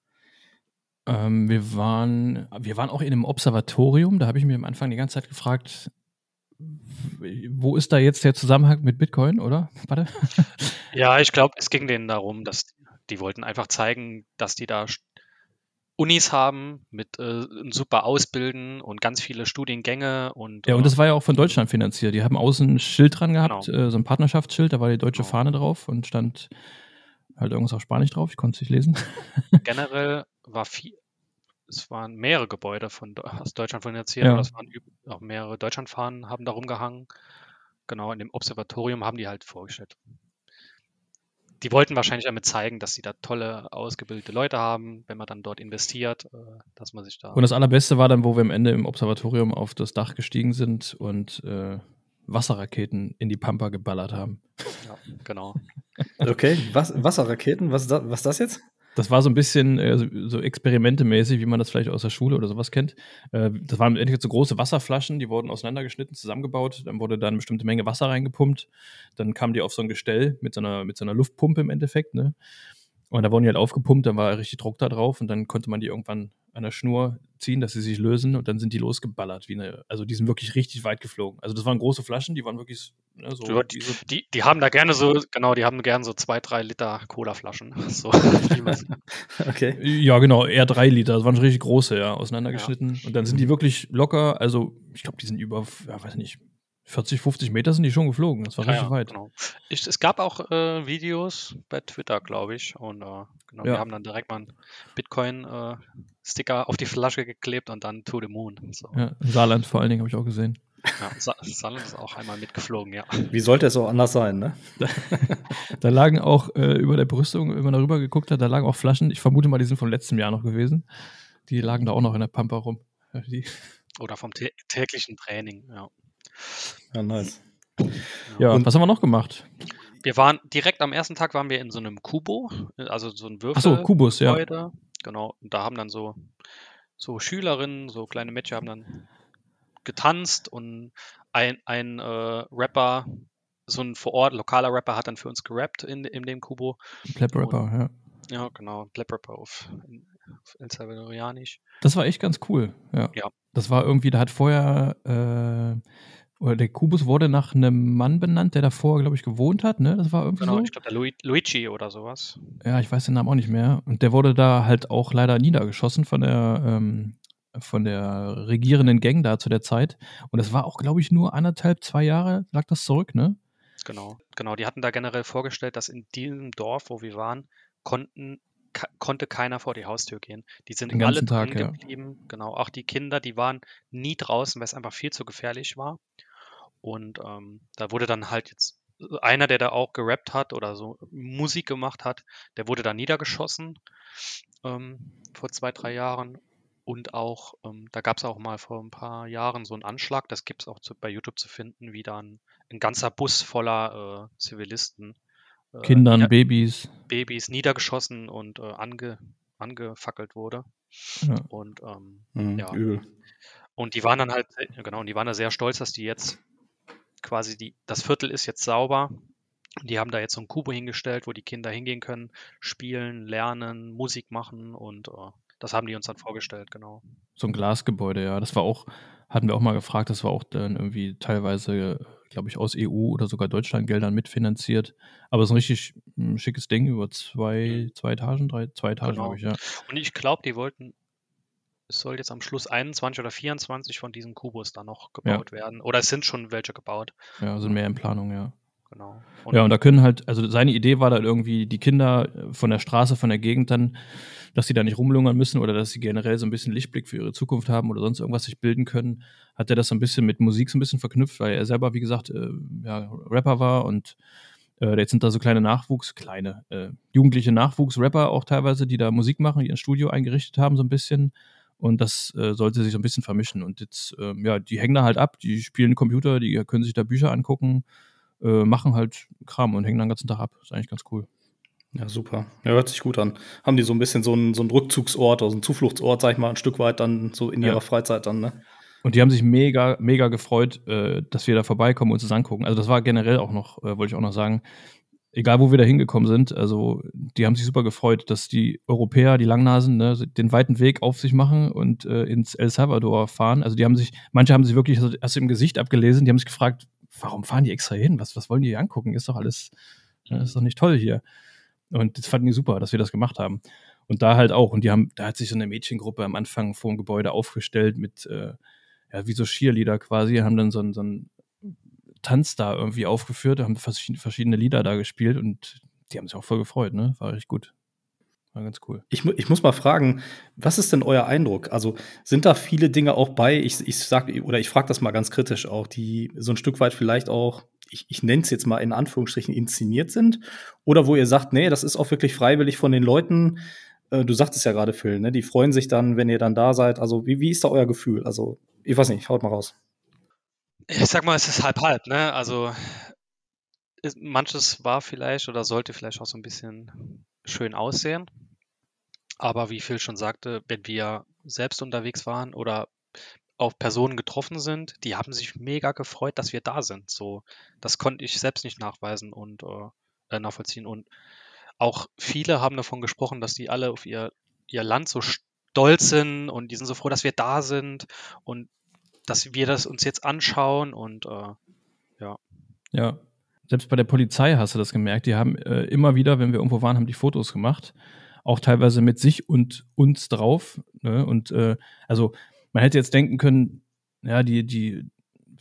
Ähm, wir, waren, wir waren auch in einem Observatorium. Da habe ich mich am Anfang die ganze Zeit gefragt, w- wo ist da jetzt der Zusammenhang mit Bitcoin, oder? Warte. Ja, ich glaube, es ging denen darum, dass die wollten einfach zeigen, dass die da St- Unis haben mit äh, super Ausbilden und ganz viele Studiengänge und Ja, und äh, das war ja auch von Deutschland finanziert. Die haben außen ein Schild dran gehabt, Genau. äh, so ein Partnerschaftsschild, da war die deutsche Genau. Fahne drauf und stand halt irgendwas auf Spanisch drauf. Ich konnte es nicht lesen. generell war viel, es waren mehrere Gebäude von Deu- aus Deutschland finanziert, Ja. oder es waren üb- auch mehrere Deutschlandfahnen haben da rumgehangen. Genau, in dem Observatorium haben die halt vorgestellt. Die wollten wahrscheinlich damit zeigen, dass sie da tolle, ausgebildete Leute haben, wenn man dann dort investiert, äh, dass man sich da. Und das Allerbeste war dann, wo wir am Ende im Observatorium auf das Dach gestiegen sind und äh, Wasserraketen in die Pampa geballert haben. Ja, genau. Okay, was, Wasserraketen, was ist das, was ist das jetzt? Das war so ein bisschen äh, so, so experimentemäßig, wie man das vielleicht aus der Schule oder sowas kennt. Äh, das waren im Endeffekt so große Wasserflaschen, die wurden auseinandergeschnitten, zusammengebaut. Dann wurde da eine bestimmte Menge Wasser reingepumpt. Dann kamen die auf so ein Gestell mit so einer, mit so einer Luftpumpe im Endeffekt. Ne? Und da wurden die halt aufgepumpt, dann war richtig Druck da drauf und dann konnte man die irgendwann an der Schnur ziehen, dass sie sich lösen und dann sind die losgeballert. Wie eine, also die sind wirklich richtig weit geflogen. Also das waren große Flaschen, die waren wirklich ne, so, Du- wie so. Die, die haben da gerne so, genau, die haben gerne so zwei, drei Liter Colaflaschen. So, wie man's- Okay. Ja, genau, eher drei Liter. Das waren schon richtig große, ja, auseinandergeschnitten. Und dann sind die wirklich locker, also ich glaube, die sind über, ja, weiß nicht, vierzig, fünfzig Meter sind die schon geflogen. Das war Ja, richtig ja, weit. genau. Ich, es gab auch äh, Videos bei Twitter, glaube ich. Und äh, genau, Ja. wir haben dann direkt mal einen Bitcoin-Sticker auf die Flasche geklebt und dann to the moon. So. Ja, im Saarland vor allen Dingen habe ich auch gesehen. Ja, Sa Saarland ist auch einmal mitgeflogen, ja. Wie sollte es auch anders sein, ne? Da lagen auch äh, über der Brüstung, wenn man darüber geguckt hat, da lagen auch Flaschen. Ich vermute mal, die sind vom letzten Jahr noch gewesen. Die lagen da auch noch in der Pampa rum. Ja, die, Oder vom tä täglichen Training, ja. Ja, nice. ja, Und- was haben wir noch gemacht? Wir waren direkt am ersten Tag waren wir in so einem Kubo, also so ein Ach so, Kubus, ja. Würfelgebäude. Genau. Und da haben dann so, so Schülerinnen, so kleine Mädchen haben dann getanzt und ein, ein äh, Rapper, so ein vor Ort lokaler Rapper hat dann für uns gerappt in, in dem Kubo. Pleb Rapper, ja. Ja, genau, Pleb Rapper auf, auf El Salvadorianisch. Das war echt ganz cool, ja. Ja. Das war irgendwie, da hat vorher, äh, oder der Kubus wurde nach einem Mann benannt, der davor, glaube ich, gewohnt hat, ne? Das war irgendwie Genau, so. ich glaube, der Lui Luigi oder sowas. Ja, ich weiß den Namen auch nicht mehr. Und der wurde da halt auch leider niedergeschossen von der, ähm, von der regierenden Gang da zu der Zeit. Und das war auch, glaube ich, nur anderthalb, zwei Jahre lag das zurück, ne? Genau, genau. Die hatten da generell vorgestellt, dass in diesem Dorf, wo wir waren, konnten, ka konnte keiner vor die Haustür gehen. Die sind Den alle ganzen Tag, drin ja. geblieben. Genau, auch die Kinder, die waren nie draußen, weil es einfach viel zu gefährlich war. Und ähm, da wurde dann halt jetzt einer, der da auch gerappt hat oder so Musik gemacht hat, der wurde da niedergeschossen ähm, vor zwei, drei Jahren. Und auch, ähm, da gab es auch mal vor ein paar Jahren so einen Anschlag, das gibt es auch zu, bei YouTube zu finden, wie dann ein ganzer Bus voller äh, Zivilisten, äh, Kindern, nieder Babys. Babys niedergeschossen und äh, ange angefackelt wurde. Ja. Und ähm, Mhm, ja, übel. und die waren dann halt, äh, genau, und die waren da sehr stolz, dass die jetzt quasi die, das Viertel ist jetzt sauber. Die haben da jetzt so ein Kubo hingestellt, wo die Kinder hingehen können, spielen, lernen, Musik machen und äh, das haben die uns dann vorgestellt, genau. So ein Glasgebäude, ja. Das war auch, hatten wir auch mal gefragt, das war auch dann irgendwie teilweise, glaube ich, aus E U oder sogar Deutschlandgeldern mitfinanziert. Aber es ist ein richtig ein schickes Ding über zwei, Mhm. zwei Etagen, drei, zwei Etagen, Genau. glaube ich, ja. Und ich glaube, die wollten, es soll jetzt am Schluss einundzwanzig oder vierundzwanzig von diesen Kubus da noch gebaut werden. Oder es sind schon welche gebaut. Ja, sind mehr in Planung, ja. Genau. Ja, und da können halt, also seine Idee war dann irgendwie, die Kinder von der Straße, von der Gegend dann, dass sie da nicht rumlungern müssen oder dass sie generell so ein bisschen Lichtblick für ihre Zukunft haben oder sonst irgendwas sich bilden können, hat er das so ein bisschen mit Musik so ein bisschen verknüpft, weil er selber, wie gesagt, äh, ja, Rapper war und äh, jetzt sind da so kleine Nachwuchs, kleine, äh, jugendliche Nachwuchs-Rapper auch teilweise, die da Musik machen, die ein Studio eingerichtet haben so ein bisschen und das äh, sollte sich so ein bisschen vermischen und jetzt, äh, ja, die hängen da halt ab, die spielen Computer, die können sich da Bücher angucken, Äh, machen halt Kram und hängen dann den ganzen Tag ab. Ist eigentlich ganz cool. Ja, super. Ja, hört sich gut an. Haben die so ein bisschen so einen, so einen Rückzugsort, also einen Zufluchtsort, sag ich mal, ein Stück weit dann so in Ja. ihrer Freizeit dann, ne? Und die haben sich mega, mega gefreut, äh, dass wir da vorbeikommen und uns das angucken. Also das war generell auch noch, äh, wollte ich auch noch sagen, egal wo wir da hingekommen sind, also die haben sich super gefreut, dass die Europäer, die Langnasen, ne, den weiten Weg auf sich machen und äh, ins El Salvador fahren. Also die haben sich, manche haben sich wirklich erst im Gesicht abgelesen, die haben sich gefragt, warum fahren die extra hin? Was, was wollen die hier angucken? Ist doch alles, ne, ist doch nicht toll hier. Und das fanden die super, dass wir das gemacht haben. Und da halt auch. Und die haben, da hat sich so eine Mädchengruppe am Anfang vor dem Gebäude aufgestellt mit, äh, ja, wie so Cheerleader quasi, haben dann so einen, so einen Tanz da irgendwie aufgeführt, haben verschiedene, verschiedene Lieder da gespielt und die haben sich auch voll gefreut, ne? War richtig gut. War ganz cool. Ich, mu- ich muss mal fragen, was ist denn euer Eindruck? Also sind da viele Dinge auch bei, ich, ich sag, oder ich frage das mal ganz kritisch auch, die so ein Stück weit vielleicht auch, ich, ich nenne es jetzt mal in Anführungsstrichen, inszeniert sind? Oder wo ihr sagt, nee, das ist auch wirklich freiwillig von den Leuten? Äh, du sagtest ja gerade, Phil, ne? Die freuen sich dann, wenn ihr dann da seid. Also wie, wie ist da euer Gefühl? Also ich weiß nicht, haut mal raus. Ich sag mal, es ist halb halb, ne? Also ist, manches war vielleicht oder sollte vielleicht auch so ein bisschen schön aussehen. Aber wie Phil schon sagte, wenn wir selbst unterwegs waren oder auf Personen getroffen sind, die haben sich mega gefreut, dass wir da sind. So, das konnte ich selbst nicht nachweisen und äh, nachvollziehen. Und auch viele haben davon gesprochen, dass die alle auf ihr, ihr Land so stolz sind und die sind so froh, dass wir da sind und dass wir das uns jetzt anschauen und äh, ja. Ja, selbst bei der Polizei hast du das gemerkt. Die haben äh, immer wieder, wenn wir irgendwo waren, haben die Fotos gemacht. Auch teilweise mit sich und uns drauf. Ne? Und äh, also man hätte jetzt denken können, ja, die, die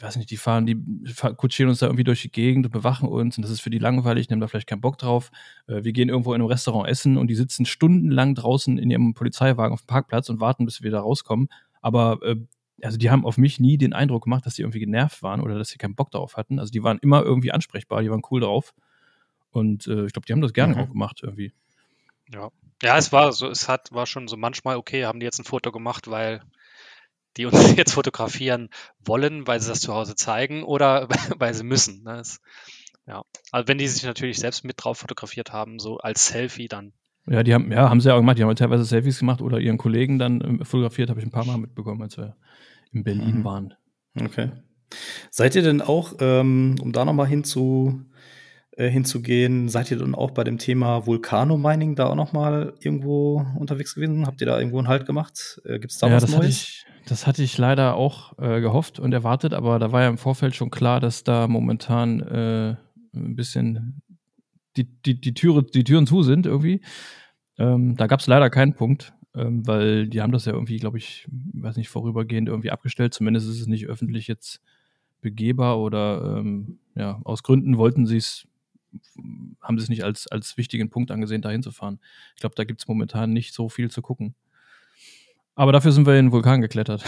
weiß nicht, die fahren, die fa- kutschieren uns da irgendwie durch die Gegend und bewachen uns und das ist für die langweilig, die haben da vielleicht keinen Bock drauf. Äh, wir gehen irgendwo in einem Restaurant essen und die sitzen stundenlang draußen in ihrem Polizeiwagen auf dem Parkplatz und warten, bis wir da rauskommen. Aber äh, also die haben auf mich nie den Eindruck gemacht, dass die irgendwie genervt waren oder dass sie keinen Bock darauf hatten. Also die waren immer irgendwie ansprechbar, die waren cool drauf. Und äh, ich glaube, die haben das gerne Mhm. auch gemacht irgendwie. Ja. Ja, es war so, es hat, war schon so manchmal, okay, haben die jetzt ein Foto gemacht, weil die uns jetzt fotografieren wollen, weil sie das zu Hause zeigen oder weil sie müssen. Ne? Es, ja. Also wenn die sich natürlich selbst mit drauf fotografiert haben, so als Selfie, dann Ja, die haben, ja, haben sie ja auch gemacht. Die haben teilweise Selfies gemacht oder ihren Kollegen dann ähm, fotografiert, habe ich ein paar Mal mitbekommen, als wir in Berlin Mhm. waren. Okay. Seid ihr denn auch, ähm, um da nochmal hinzu, äh, hinzugehen, seid ihr dann auch bei dem Thema Vulcano-Mining da auch nochmal irgendwo unterwegs gewesen? Habt ihr da irgendwo einen Halt gemacht? Äh, Gibt es da Ja, was das hatte Neues? ich, das hatte ich leider auch äh, gehofft und erwartet, aber da war ja im Vorfeld schon klar, dass da momentan äh, ein bisschen die, die, die, Türe, die Türen zu sind irgendwie. Ähm, da gab es leider keinen Punkt, ähm, weil die haben das ja irgendwie, glaube ich, weiß nicht, vorübergehend irgendwie abgestellt. Zumindest ist es nicht öffentlich jetzt begehbar oder ähm, ja, aus Gründen wollten sie es, haben sie es nicht als, als wichtigen Punkt angesehen, da hinzufahren. Ich glaube, da gibt es momentan nicht so viel zu gucken. Aber dafür sind wir in den Vulkan geklettert.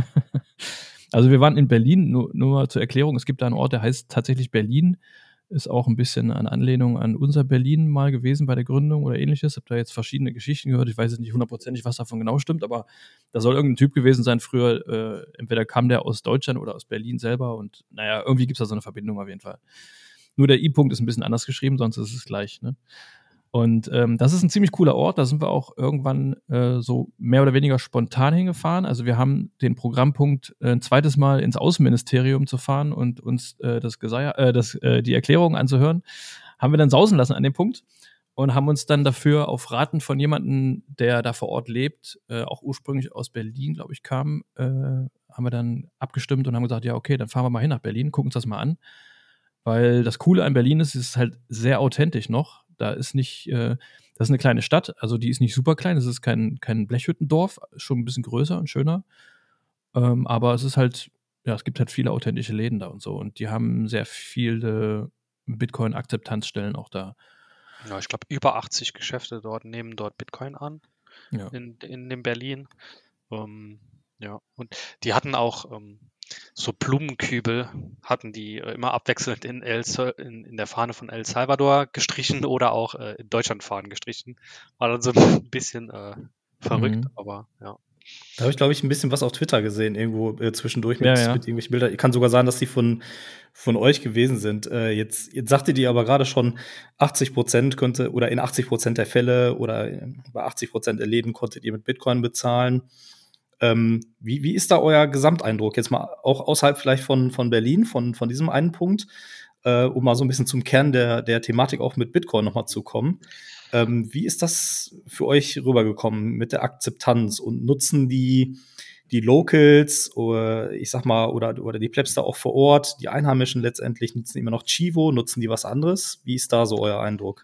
Also wir waren in Berlin, nur, nur mal zur Erklärung, es gibt da einen Ort, der heißt tatsächlich Berlin, ist auch ein bisschen eine Anlehnung an unser Berlin mal gewesen bei der Gründung oder ähnliches. Hab da jetzt verschiedene Geschichten gehört, ich weiß jetzt nicht hundertprozentig, was davon genau stimmt, aber da soll irgendein Typ gewesen sein früher, äh, entweder kam der aus Deutschland oder aus Berlin selber und naja, irgendwie gibt es da so eine Verbindung auf jeden Fall. Nur der I-Punkt ist ein bisschen anders geschrieben, sonst ist es gleich, ne? Und ähm, das ist ein ziemlich cooler Ort. Da sind wir auch irgendwann äh, so mehr oder weniger spontan hingefahren. Also wir haben den Programmpunkt, äh, ein zweites Mal ins Außenministerium zu fahren und uns äh, das Geseier, äh, das, äh, die Erklärung anzuhören, haben wir dann sausen lassen an dem Punkt und haben uns dann dafür auf Raten von jemandem, der da vor Ort lebt, äh, auch ursprünglich aus Berlin, glaube ich, kam, äh, haben wir dann abgestimmt und haben gesagt, ja, okay, dann fahren wir mal hin nach Berlin, gucken uns das mal an. Weil das Coole an Berlin ist, es ist halt sehr authentisch noch. Da ist nicht, äh, das ist eine kleine Stadt, also die ist nicht super klein, es ist kein, kein Blechhüttendorf, schon ein bisschen größer und schöner. Ähm, aber es ist halt, ja, es gibt halt viele authentische Läden da und so. Und die haben sehr viele Bitcoin-Akzeptanzstellen auch da. ja, ich glaube, über achtzig Geschäfte dort nehmen dort Bitcoin an Ja. in, in dem Berlin. Ähm, ja, und die hatten auch ähm, so Blumenkübel, hatten die äh, immer abwechselnd in, El, Sol- in, in der Fahne von El Salvador gestrichen oder auch äh, in Deutschlandfahnen gestrichen. War dann so ein bisschen äh, verrückt, Mhm. aber ja. Da habe ich, glaube ich, ein bisschen was auf Twitter gesehen, irgendwo äh, zwischendurch mit, Ja, ja. mit irgendwelchen Bildern. Kann sogar sein, dass die von, von euch gewesen sind. Äh, jetzt, jetzt sagte die aber gerade schon, achtzig Prozent könnte oder in achtzig Prozent der Fälle oder äh, bei achtzig Prozent der Läden konntet ihr mit Bitcoin bezahlen. Ähm, wie, wie ist da euer Gesamteindruck? Jetzt mal auch außerhalb vielleicht von, von Berlin, von, von diesem einen Punkt, äh, um mal so ein bisschen zum Kern der, der Thematik auch mit Bitcoin nochmal zu kommen. Ähm, wie ist das für euch rübergekommen mit der Akzeptanz und nutzen die, die Locals oder ich sag mal, oder, oder die Plebs da auch vor Ort, die Einheimischen letztendlich, nutzen die immer noch Chivo, nutzen die was anderes? Wie ist da so euer Eindruck?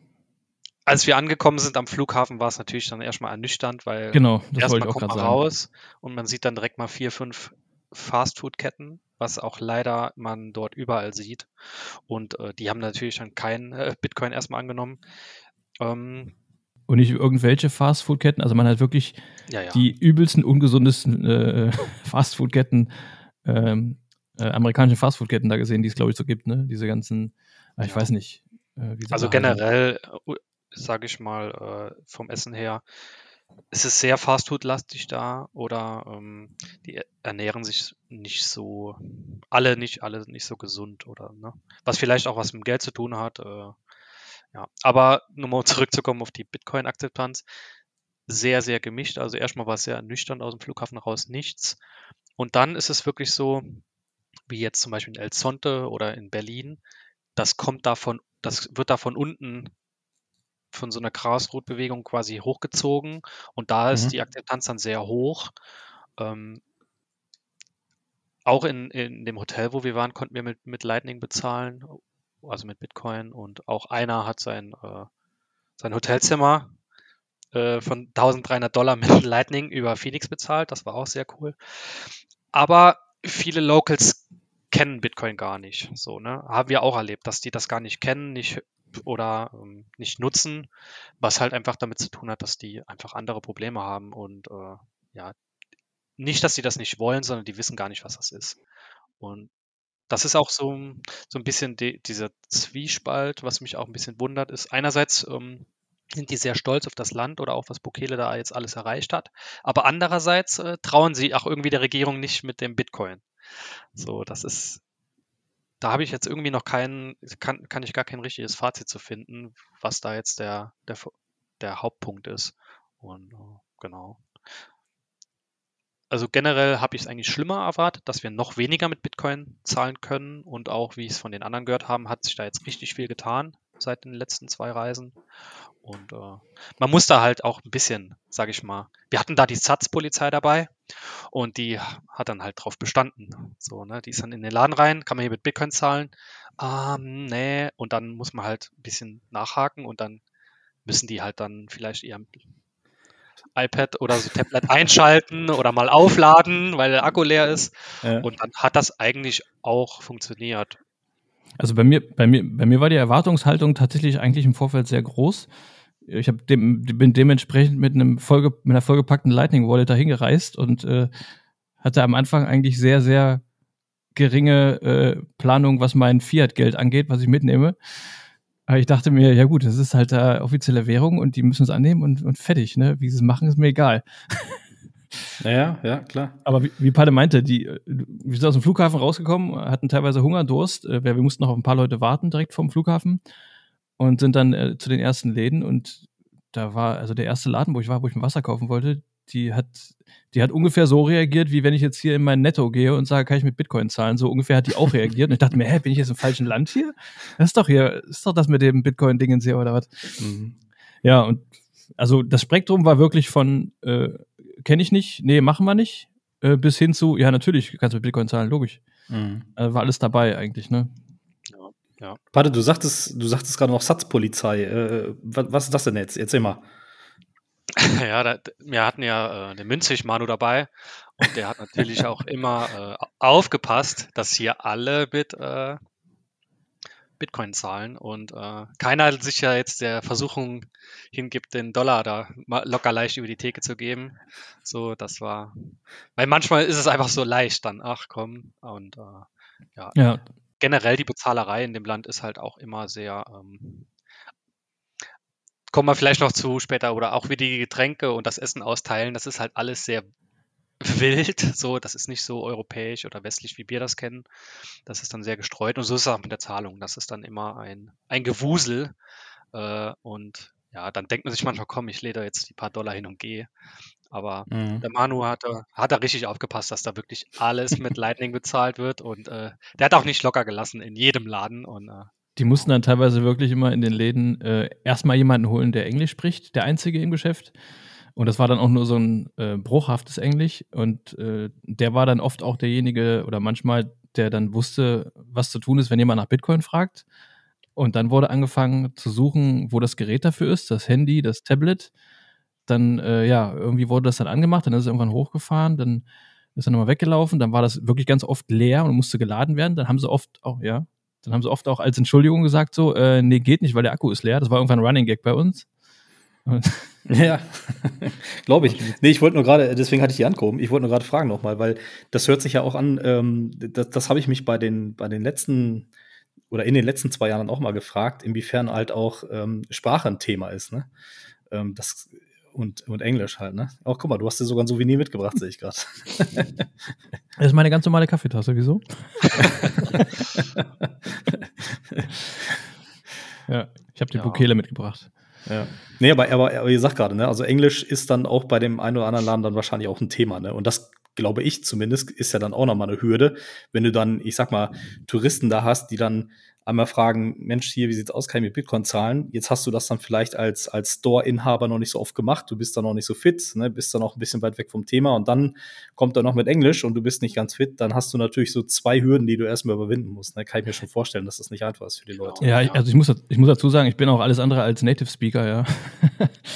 Als wir angekommen sind am Flughafen, war es natürlich dann erstmal ernüchternd, weil Genau, das wollte erstmal ich auch kommt gerade man sagen. raus und man sieht dann direkt mal vier, fünf Fastfood-Ketten, was auch leider man dort überall sieht. Und äh, die haben natürlich dann kein äh, Bitcoin erstmal angenommen. Ähm, Und nicht irgendwelche Fastfood-Ketten, also man hat wirklich ja, ja. die übelsten, ungesundesten äh, Fastfood-Ketten, ähm, äh, amerikanische Fastfood-Ketten da gesehen, die es, glaube ich, so gibt, ne? Diese ganzen, ah, ich Ja. weiß nicht, äh, wie sie Also alle heißen. generell, äh, sage ich mal, äh, vom Essen her, ist es sehr Fastfood-lastig da oder ähm, die ernähren sich nicht so, alle nicht, alle nicht so gesund oder, ne? Was vielleicht auch was mit dem Geld zu tun hat. Äh, ja. Aber nur mal zurückzukommen auf die Bitcoin-Akzeptanz, sehr, sehr gemischt. Also erstmal war es sehr ernüchternd aus dem Flughafen raus, nichts. Und dann ist es wirklich so, wie jetzt zum Beispiel in El Zonte oder in Berlin, das kommt davon, das wird da von unten von so einer Grassroot-Bewegung quasi hochgezogen und da ist die Mhm. Akzeptanz dann sehr hoch. Ähm, auch in, in dem Hotel, wo wir waren, konnten wir mit, mit Lightning bezahlen, also mit Bitcoin und auch einer hat sein, äh, sein Hotelzimmer äh, von eintausenddreihundert Dollar mit Lightning über Phoenix bezahlt, das war auch sehr cool. Aber viele Locals kennen Bitcoin gar nicht. So, ne? Haben wir auch erlebt, dass die das gar nicht kennen, nicht oder ähm, nicht nutzen, was halt einfach damit zu tun hat, dass die einfach andere Probleme haben und äh, ja, nicht, dass sie das nicht wollen, sondern die wissen gar nicht, was das ist. Und das ist auch so, ein- so ein bisschen die, dieser Zwiespalt, was mich auch ein bisschen wundert, ist einerseits ähm, sind die sehr stolz auf das Land oder auch was Bukele da jetzt alles erreicht hat, aber andererseits äh, trauen sie auch irgendwie der Regierung nicht mit dem Bitcoin. So, das ist, da habe ich jetzt irgendwie noch keinen, kann, kann ich gar kein richtiges Fazit zu finden, was da jetzt der, der, der Hauptpunkt ist. Und äh, genau. Also generell habe ich es eigentlich schlimmer erwartet, dass wir noch weniger mit Bitcoin zahlen können und auch, wie ich es von den anderen gehört haben, hat sich da jetzt richtig viel getan seit den letzten zwei Reisen. Und äh, man muss da halt auch ein bisschen, sage ich mal, wir hatten da die S A Z-Polizei dabei und die hat dann halt drauf bestanden. So, ne, die ist dann in den Laden rein, kann man hier mit Bitcoin zahlen? Ähm, nee. Und dann muss man halt ein bisschen nachhaken und dann müssen die halt dann vielleicht ihr iPad oder so Tablet einschalten oder mal aufladen, weil der Akku leer ist. Ja. Und dann hat das eigentlich auch funktioniert. Also bei mir, bei mir, bei mir war die Erwartungshaltung tatsächlich eigentlich im Vorfeld sehr groß. Ich hab dem, bin dementsprechend mit einem vollge, mit einer vollgepackten Lightning Wallet dahin gereist und äh, hatte am Anfang eigentlich sehr, sehr geringe äh, Planung, was mein Fiat-Geld angeht, was ich mitnehme. Aber ich dachte mir, ja gut, das ist halt da offizielle Währung und die müssen es annehmen und, und fertig, ne? Wie sie es machen, ist mir egal. Ja, ja, klar. Aber wie, wie Palle meinte, die, wir sind aus dem Flughafen rausgekommen, hatten teilweise Hunger, Durst, äh, wir mussten noch auf ein paar Leute warten direkt vom Flughafen und sind dann äh, zu den ersten Läden und da war, also der erste Laden, wo ich war, wo ich mir Wasser kaufen wollte, die hat, die hat ungefähr so reagiert, wie wenn ich jetzt hier in mein Netto gehe und sage, kann ich mit Bitcoin zahlen? So ungefähr hat die auch reagiert. Und ich dachte mir, hä, bin ich jetzt im falschen Land hier? Das ist doch hier, ist doch das mit dem Bitcoin-Dingens hier oder was? Mhm. Ja, und also das Spektrum war wirklich von, äh, kenne ich nicht, nee, machen wir nicht, äh, bis hin zu, ja, natürlich kannst du mit Bitcoin zahlen, logisch. Mhm. Äh, war alles dabei eigentlich, ne? Ja, ja. Warte, du sagtest, du sagtest gerade noch S A Z-Polizei. Äh, was, was ist das denn jetzt? Erzähl mal. Ja, da, wir hatten ja äh, den Münzig-Manu dabei und der hat natürlich auch immer äh, aufgepasst, dass hier alle mit äh, Bitcoin zahlen und äh, keiner sich ja jetzt der Versuchung hingibt, den Dollar da mal locker leicht über die Theke zu geben. So, das war, weil manchmal ist es einfach so leicht dann, ach komm, und äh, ja, Ja, generell die Bezahlerei in dem Land ist halt auch immer sehr, ähm, kommen wir vielleicht noch zu später, oder auch wie die Getränke und das Essen austeilen, das ist halt alles sehr wild, so, das ist nicht so europäisch oder westlich, wie wir das kennen. Das ist dann sehr gestreut und so ist es auch mit der Zahlung. Das ist dann immer ein, ein Gewusel äh, und ja, dann denkt man sich manchmal, komm, ich lege da jetzt die paar Dollar hin und gehe. Aber Mhm. der Manu hat, da- hat da richtig aufgepasst, dass da wirklich alles mit Lightning bezahlt wird und äh, der hat auch nicht locker gelassen in jedem Laden und äh, die mussten dann teilweise wirklich immer in den Läden äh, erstmal jemanden holen, der Englisch spricht, der Einzige im Geschäft. Und das war dann auch nur so ein äh, bruchhaftes Englisch. Und äh, der war dann oft auch derjenige oder manchmal, der dann wusste, was zu tun ist, wenn jemand nach Bitcoin fragt. Und dann wurde angefangen zu suchen, wo das Gerät dafür ist, das Handy, das Tablet. Dann, äh, ja, irgendwie wurde das dann angemacht, dann ist es irgendwann hochgefahren, dann ist er nochmal weggelaufen, dann war das wirklich ganz oft leer und musste geladen werden. Dann haben sie oft auch, ja, dann haben sie oft auch als Entschuldigung gesagt, so, äh, nee, geht nicht, weil der Akku ist leer. Das war irgendwann ein Running Gag bei uns. Ja, glaube ich. Nee, ich wollte nur gerade, deswegen hatte ich die angehoben, ich wollte nur gerade fragen nochmal, weil das hört sich ja auch an, ähm, das, das habe ich mich bei den, bei den letzten oder in den letzten zwei Jahren auch mal gefragt, inwiefern halt auch ähm, Sprache ein Thema ist, ne? Ähm, das, und, und Englisch halt, ne? Auch guck mal, du hast dir sogar ein Souvenir mitgebracht, sehe ich gerade. Das ist meine ganz normale Kaffeetasse, wieso? Ja, ich habe die Ja. Bukele mitgebracht. Ja. Nee, aber, aber, aber ihr sagt gerade, ne, also Englisch ist dann auch bei dem einen oder anderen Laden dann wahrscheinlich auch ein Thema, ne? Und das glaube ich zumindest, ist ja dann auch nochmal eine Hürde, wenn du dann, ich sag mal, Touristen da hast, die dann einmal fragen, Mensch, hier, wie sieht's aus, kann ich mit Bitcoin zahlen? Jetzt hast du das dann vielleicht als, als Store-Inhaber noch nicht so oft gemacht, du bist da noch nicht so fit, ne, bist da noch ein bisschen weit weg vom Thema und dann kommt er noch mit Englisch und du bist nicht ganz fit, dann hast du natürlich so zwei Hürden, die du erstmal überwinden musst, ne? Kann ich mir schon vorstellen, dass das nicht einfach ist für die Leute. Ja, ich, also ich muss, ich muss dazu sagen, ich bin auch alles andere als Native Speaker, ja.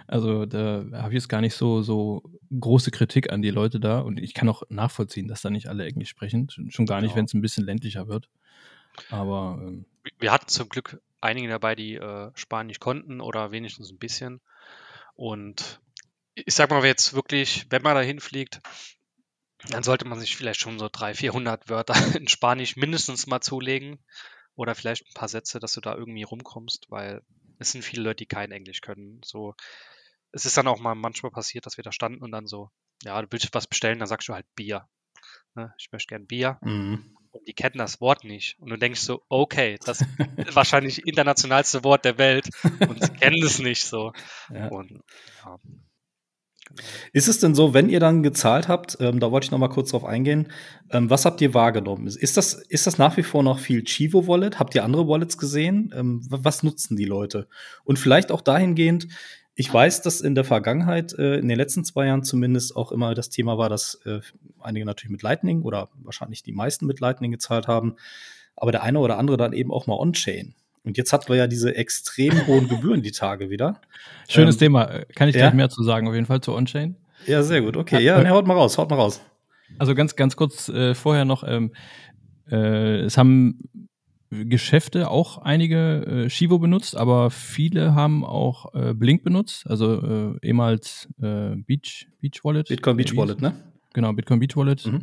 Also da habe ich jetzt gar nicht so, so große Kritik an die Leute da und ich kann auch nachvollziehen, dass da nicht alle Englisch sprechen. Schon gar nicht, Ja. wenn es ein bisschen ländlicher wird. Aber ähm, Wir hatten zum Glück einige dabei, die äh, Spanisch konnten oder wenigstens ein bisschen. Und ich sag mal, jetzt wirklich, wenn man da hinfliegt, dann sollte man sich vielleicht schon so dreihundert, vierhundert Wörter in Spanisch mindestens mal zulegen oder vielleicht ein paar Sätze, dass du da irgendwie rumkommst, weil es sind viele Leute, die kein Englisch können. So, es ist dann auch mal manchmal passiert, dass wir da standen und dann so, ja, du willst was bestellen, dann sagst du halt Bier. Ne? Ich möchte gern Bier. Mhm. Und die kennen das Wort nicht. Und du denkst so, okay, das ist wahrscheinlich internationalste Wort der Welt und sie kennen es nicht so. Ja. Und ja, genau. Ist es denn so, wenn ihr dann gezahlt habt, ähm, da wollte ich noch mal kurz drauf eingehen, ähm, was habt ihr wahrgenommen? Ist das, ist das nach wie vor noch viel Chivo Wallet? Habt ihr andere Wallets gesehen? Ähm, wa- was nutzen die Leute? Und vielleicht auch dahingehend, ich weiß, dass in der Vergangenheit, äh, in den letzten zwei Jahren zumindest auch immer das Thema war, dass äh, einige natürlich mit Lightning oder wahrscheinlich die meisten mit Lightning gezahlt haben, aber der eine oder andere dann eben auch mal On-Chain. Und jetzt hatten wir ja diese extrem hohen Gebühren die Tage wieder. schönes Ähm, Thema. Äh, Kann ich ja? gleich mehr zu sagen, auf jeden Fall zu On-Chain. Ja, sehr gut. Okay, Äh, ja, äh, ne, haut mal raus, haut mal raus. Also ganz, ganz kurz äh, vorher noch, ähm, äh, es haben Geschäfte auch einige äh, Chivo benutzt, aber viele haben auch äh, Blink benutzt, also äh, ehemals äh, Beach, Beach Wallet. Bitcoin Beach Äh, wie Wallet, hieß- ne? Genau, Bitcoin Beach Wallet. Mhm.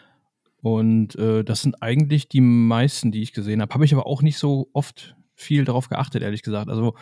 Und äh, das sind eigentlich die meisten, die ich gesehen habe. Habe ich aber auch nicht so oft viel darauf geachtet, ehrlich gesagt. Also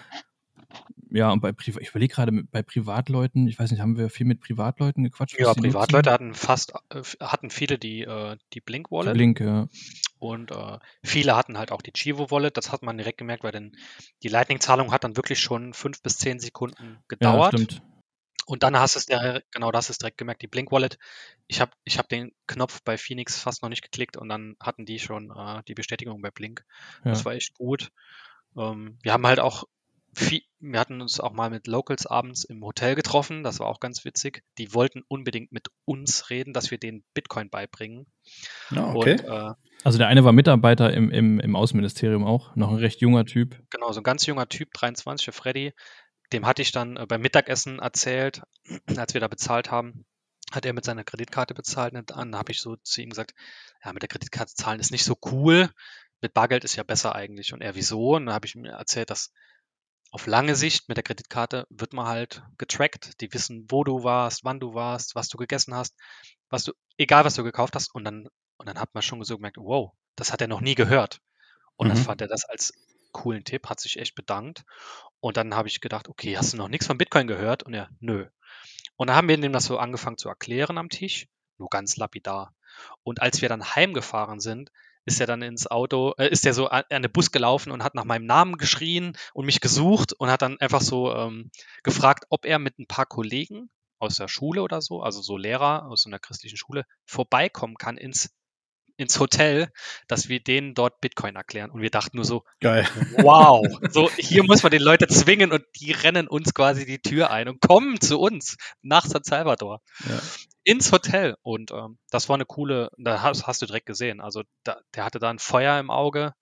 ja, und bei Priva ich überlege gerade mit- bei Privatleuten, ich weiß nicht, haben wir viel mit Privatleuten gequatscht, was Ja, die Privatleute nutzen? hatten fast, äh, f- hatten viele die, äh, die Blink Die Wallet Blink, ja. und äh, viele hatten halt auch die Chivo Wallet. Das hat man direkt gemerkt, weil denn die Lightning-Zahlung hat dann wirklich schon fünf bis zehn Sekunden Ja, gedauert. stimmt. Und dann hast du es direkt, genau, das ist direkt gemerkt, die Blink Wallet. Ich habe ich hab den Knopf bei Phoenix fast noch nicht geklickt und dann hatten die schon äh, die Bestätigung bei Blink. Das Ja. war echt gut. Ähm, wir haben halt auch viel, wir hatten uns auch mal mit Locals abends im Hotel getroffen. Das war auch ganz witzig. Die wollten unbedingt mit uns reden, dass wir denen Bitcoin beibringen. Ja, okay. Und äh, Also der eine war Mitarbeiter im, im, im Außenministerium auch, noch ein recht junger Typ. genau, so ein ganz junger Typ, dreiundzwanzig, der Freddy. Dem hatte ich dann äh, beim Mittagessen erzählt, als wir da bezahlt haben, hat er mit seiner Kreditkarte bezahlt. Und dann habe ich so zu ihm gesagt, ja, mit der Kreditkarte zahlen ist nicht so cool. Mit Bargeld ist ja besser eigentlich. Und er, wieso? Und dann habe ich ihm erzählt, dass auf lange Sicht mit der Kreditkarte wird man halt getrackt. Die wissen, wo du warst, wann du warst, was du gegessen hast, was du, egal was du gekauft hast. Und dann, und dann hat man schon so gemerkt, wow, das hat er noch nie gehört. Und das Mhm. fand er das als coolen Tipp, hat sich echt bedankt. Und dann habe ich gedacht, okay, hast du noch nichts von Bitcoin gehört? Und er, nö. Und dann haben wir ihm das so angefangen zu erklären am Tisch, nur ganz lapidar. Und als wir dann heimgefahren sind, ist er dann ins Auto, äh, ist er so an, an den Bus gelaufen und hat nach meinem Namen geschrien und mich gesucht und hat dann einfach so ähm, gefragt, ob er mit ein paar Kollegen aus der Schule oder so, also so Lehrer aus so einer christlichen Schule, vorbeikommen kann ins ins Hotel, dass wir denen dort Bitcoin erklären. Und wir dachten nur so, Geil. wow, so hier muss man die Leute zwingen und die rennen uns quasi die Tür ein und kommen zu uns nach San Salvador Ja. ins Hotel. Und ähm, das war eine coole, da hast, hast du direkt gesehen. Also da, der hatte da ein Feuer im Auge,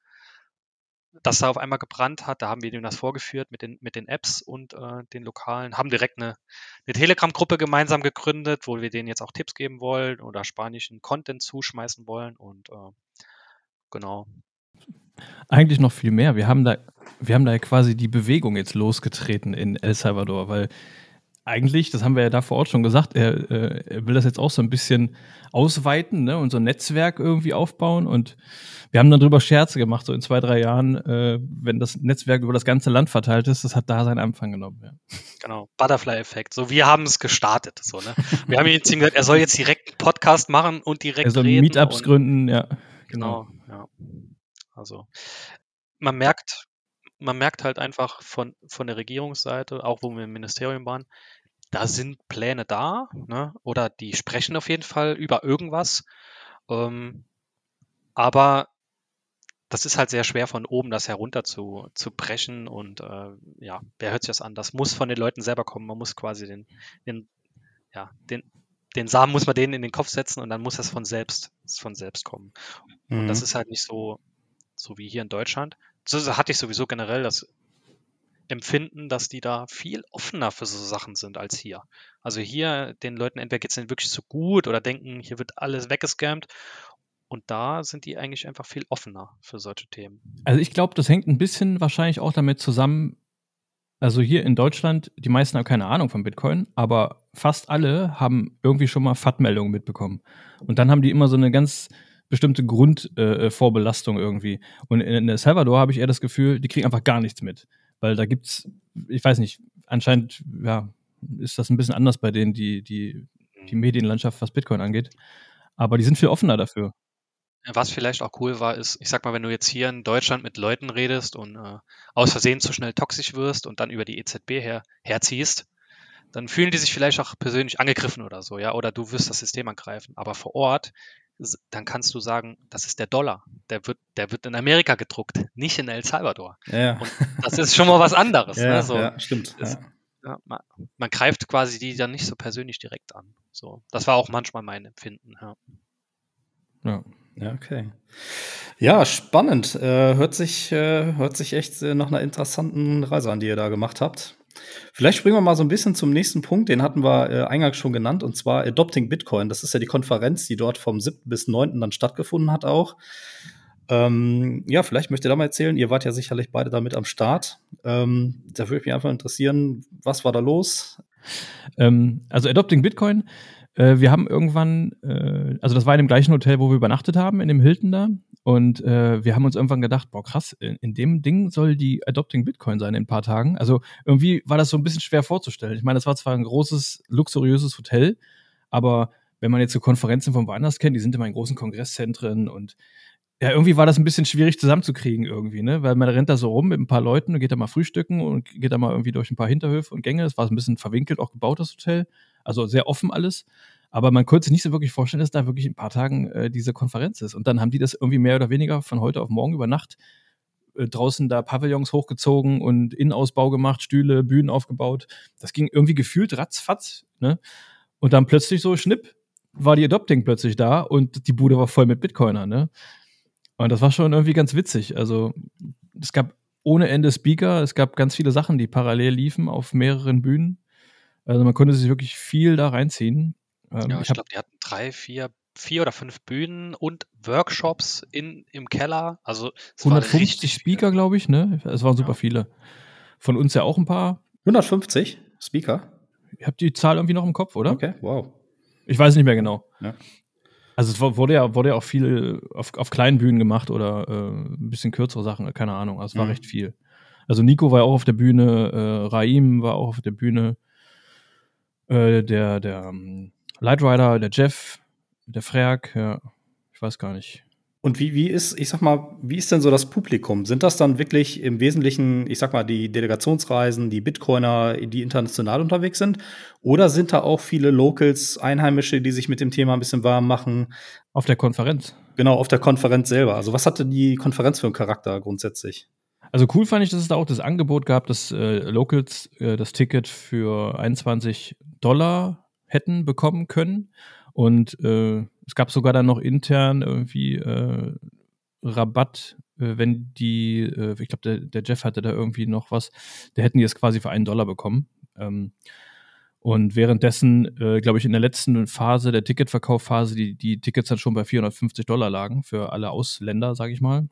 das da auf einmal gebrannt hat. Da haben wir ihm das vorgeführt mit den, mit den Apps und äh, den Lokalen, haben direkt eine, eine Telegram-Gruppe gemeinsam gegründet, wo wir denen jetzt auch Tipps geben wollen oder spanischen Content zuschmeißen wollen. Und äh, genau. Eigentlich noch viel mehr. Wir haben da, wir haben da ja quasi die Bewegung jetzt losgetreten in El Salvador, weil eigentlich, das haben wir ja da vor Ort schon gesagt, er, äh, er will das jetzt auch so ein bisschen ausweiten, ne, und so ein Netzwerk irgendwie aufbauen. Und wir haben dann drüber Scherze gemacht, so in zwei, drei Jahren, äh, wenn das Netzwerk über das ganze Land verteilt ist, das hat da seinen Anfang genommen. Ja. Genau, Butterfly-Effekt. So, wir haben es gestartet. So, ne? Wir haben ihm jetzt ihm gesagt, er soll jetzt direkt einen Podcast machen und direkt Er soll reden. Meetups und, gründen, ja. Genau. Genau, ja. Also, man merkt, man merkt halt einfach von, von der Regierungsseite, auch wo wir im Ministerium waren, da sind Pläne da, ne? Oder die sprechen auf jeden Fall über irgendwas. Ähm, aber das ist halt sehr schwer von oben, das herunter zu, zu brechen. Und äh, ja, wer hört sich das an? Das muss von den Leuten selber kommen. Man muss quasi den, den, ja, den, den Samen muss man denen in den Kopf setzen und dann muss das von selbst, von selbst kommen. Und das Mhm. ist halt nicht so, so wie hier in Deutschland. So hatte ich sowieso generell, dass empfinden, dass die da viel offener für so Sachen sind als hier. Also hier, den Leuten entweder geht es nicht wirklich so gut oder denken, hier wird alles weggescammt. Und da sind die eigentlich einfach viel offener für solche Themen. Also ich glaube, das hängt ein bisschen wahrscheinlich auch damit zusammen, also hier in Deutschland, die meisten haben keine Ahnung von Bitcoin, aber fast alle haben irgendwie schon mal F A T-Meldungen mitbekommen. Und dann haben die immer so eine ganz bestimmte Grundvorbelastung äh, irgendwie. Und in, in El Salvador habe ich eher das Gefühl, die kriegen einfach gar nichts mit. Weil da gibt's, ich weiß nicht, anscheinend, ja, ist das ein bisschen anders bei denen, die, die, die Medienlandschaft, was Bitcoin angeht. Aber die sind viel offener dafür. Was vielleicht auch cool war, ist, ich sag mal, wenn du jetzt hier in Deutschland mit Leuten redest und äh, aus Versehen zu schnell toxisch wirst und dann über die E Z B her, herziehst, dann fühlen die sich vielleicht auch persönlich angegriffen oder so, ja, oder du wirst das System angreifen. Aber vor Ort, s- dann kannst du sagen, das ist der Dollar. Der wird, der wird in Amerika gedruckt, nicht in El Salvador. Ja, Und das ist schon mal was anderes, ja, ne? So, ja, stimmt. das, Ja. ja, man, man greift quasi die dann nicht so persönlich direkt an. So, das war auch manchmal mein Empfinden, ja. Ja. Ja, okay. Ja, spannend. Äh, hört sich, äh, hört sich echt äh, nach einer interessanten Reise an, die ihr da gemacht habt. Vielleicht springen wir mal so ein bisschen zum nächsten Punkt, den hatten wir äh, eingangs schon genannt, und zwar Adopting Bitcoin. Das ist ja die Konferenz, die dort vom siebten bis neunten dann stattgefunden hat auch. Ähm, ja, vielleicht möchtet ihr da mal erzählen, ihr wart ja sicherlich beide damit am Start. Ähm, da würde mich einfach interessieren, was war da los? Ähm, also Adopting Bitcoin, äh, wir haben irgendwann, äh, also das war in dem gleichen Hotel, wo wir übernachtet haben, in dem Hilton da. Und äh, wir haben uns irgendwann gedacht, boah krass, in, in dem Ding soll die Adopting Bitcoin sein in ein paar Tagen. Also irgendwie war das so ein bisschen schwer vorzustellen. Ich meine, das war zwar ein großes, luxuriöses Hotel, aber wenn man jetzt so Konferenzen von woanders kennt, die sind immer in großen Kongresszentren und ja, irgendwie war das ein bisschen schwierig zusammenzukriegen irgendwie, ne? Weil man rennt da so rum mit ein paar Leuten und geht da mal frühstücken und geht da mal irgendwie durch ein paar Hinterhöfe und Gänge. Es war so ein bisschen verwinkelt auch gebaut, das Hotel. Also sehr offen alles. Aber man konnte sich nicht so wirklich vorstellen, dass da wirklich in ein paar Tagen äh, diese Konferenz ist. Und dann haben die das irgendwie mehr oder weniger von heute auf morgen über Nacht äh, draußen da Pavillons hochgezogen und Innenausbau gemacht, Stühle, Bühnen aufgebaut. Das ging irgendwie gefühlt ratzfatz, ne? Und dann plötzlich so schnipp, war die Adopting plötzlich da und die Bude war voll mit Bitcoinern, ne? Und das war schon irgendwie ganz witzig. Also es gab ohne Ende Speaker, es gab ganz viele Sachen, die parallel liefen auf mehreren Bühnen. Also man konnte sich wirklich viel da reinziehen. Ähm, Ja, ich ich habe glaube, die hatten drei, vier, vier oder fünf Bühnen und Workshops in, im Keller. Also es war hundertfünfzig richtig viel. Speaker, glaube ich, ne? Es waren super Ja. viele. Von uns ja auch ein paar. hundertfünfzig Speaker? Ihr habt die Zahl irgendwie noch im Kopf, oder? Okay, wow. Ich weiß nicht mehr genau. Ja. Also es wurde ja, wurde ja auch viel auf, auf kleinen Bühnen gemacht oder äh, ein bisschen kürzere Sachen, keine Ahnung. Also es war Mhm. recht viel. Also Nico war ja auch auf der Bühne, äh, Raim war auch auf der Bühne, äh, der, der ähm, Lightrider, der Jeff, der Freak, ja, ich weiß gar nicht. Und wie, wie ist, ich sag mal, wie ist denn so das Publikum? Sind das dann wirklich im Wesentlichen, ich sag mal, die Delegationsreisen, die Bitcoiner, die international unterwegs sind? Oder sind da auch viele Locals, Einheimische, die sich mit dem Thema ein bisschen warm machen? Auf der Konferenz. Genau, auf der Konferenz selber. Also was hatte die Konferenz für einen Charakter grundsätzlich? Also cool fand ich, dass es da auch das Angebot gab, dass äh, Locals äh, das Ticket für einundzwanzig Dollar hätten bekommen können. Und äh, es gab sogar dann noch intern irgendwie äh, Rabatt, äh, wenn die, äh, ich glaube, der, der Jeff hatte da irgendwie noch was, der hätten die es quasi für einen Dollar bekommen. Ähm, und währenddessen, äh, glaube ich, in der letzten Phase, der Ticketverkaufphase, die, die Tickets dann schon bei vierhundertfünfzig Dollar lagen für alle Ausländer, sage ich mal.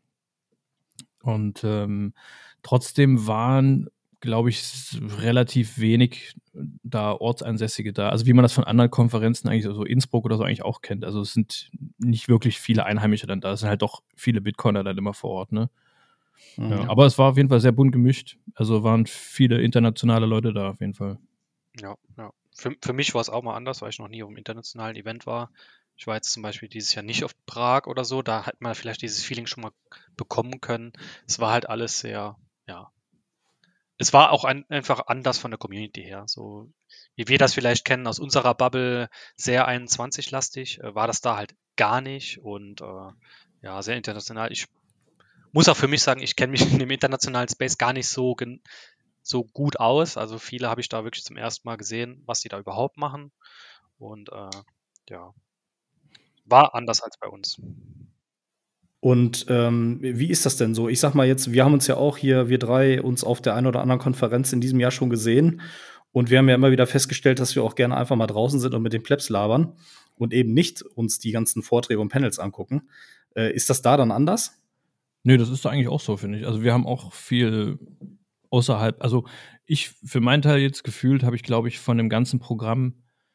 Und ähm, trotzdem waren, glaube ich, s- relativ wenig da Ortsansässige da. Also wie man das von anderen Konferenzen eigentlich, so Innsbruck oder so eigentlich auch kennt. Also es sind nicht wirklich viele Einheimische dann da. Es sind halt doch viele Bitcoiner dann immer vor Ort, ne? Mhm. Ja, aber es war auf jeden Fall sehr bunt gemischt. Also waren viele internationale Leute da auf jeden Fall. Ja, ja. Für, für mich war es auch mal anders, weil ich noch nie auf einem internationalen Event war. Ich war jetzt zum Beispiel dieses Jahr nicht auf Prag oder so. Da hat man vielleicht dieses Feeling schon mal bekommen können. Es war halt alles sehr, ja. Es war auch ein, einfach anders von der Community her. So wie wir das vielleicht kennen aus unserer Bubble, sehr einundzwanzig-lastig, äh, war das da halt gar nicht und äh, ja, sehr international. Ich muss auch für mich sagen, ich kenne mich in dem internationalen Space gar nicht so, gen- so gut aus. Also viele habe ich da wirklich zum ersten Mal gesehen, was die da überhaupt machen. Und äh, ja, war anders als bei uns. Und ähm, wie ist das denn so? Ich sag mal jetzt, wir haben uns ja auch hier, wir drei, uns auf der einen oder anderen Konferenz in diesem Jahr schon gesehen. Und wir haben ja immer wieder festgestellt, dass wir auch gerne einfach mal draußen sind und mit den Plebs labern und eben nicht uns die ganzen Vorträge und Panels angucken. Äh, ist das da dann anders? Nö, das ist doch eigentlich auch so, finde ich. Also wir haben auch viel außerhalb, also ich für meinen Teil jetzt gefühlt habe ich, glaube ich, von dem ganzen Programm,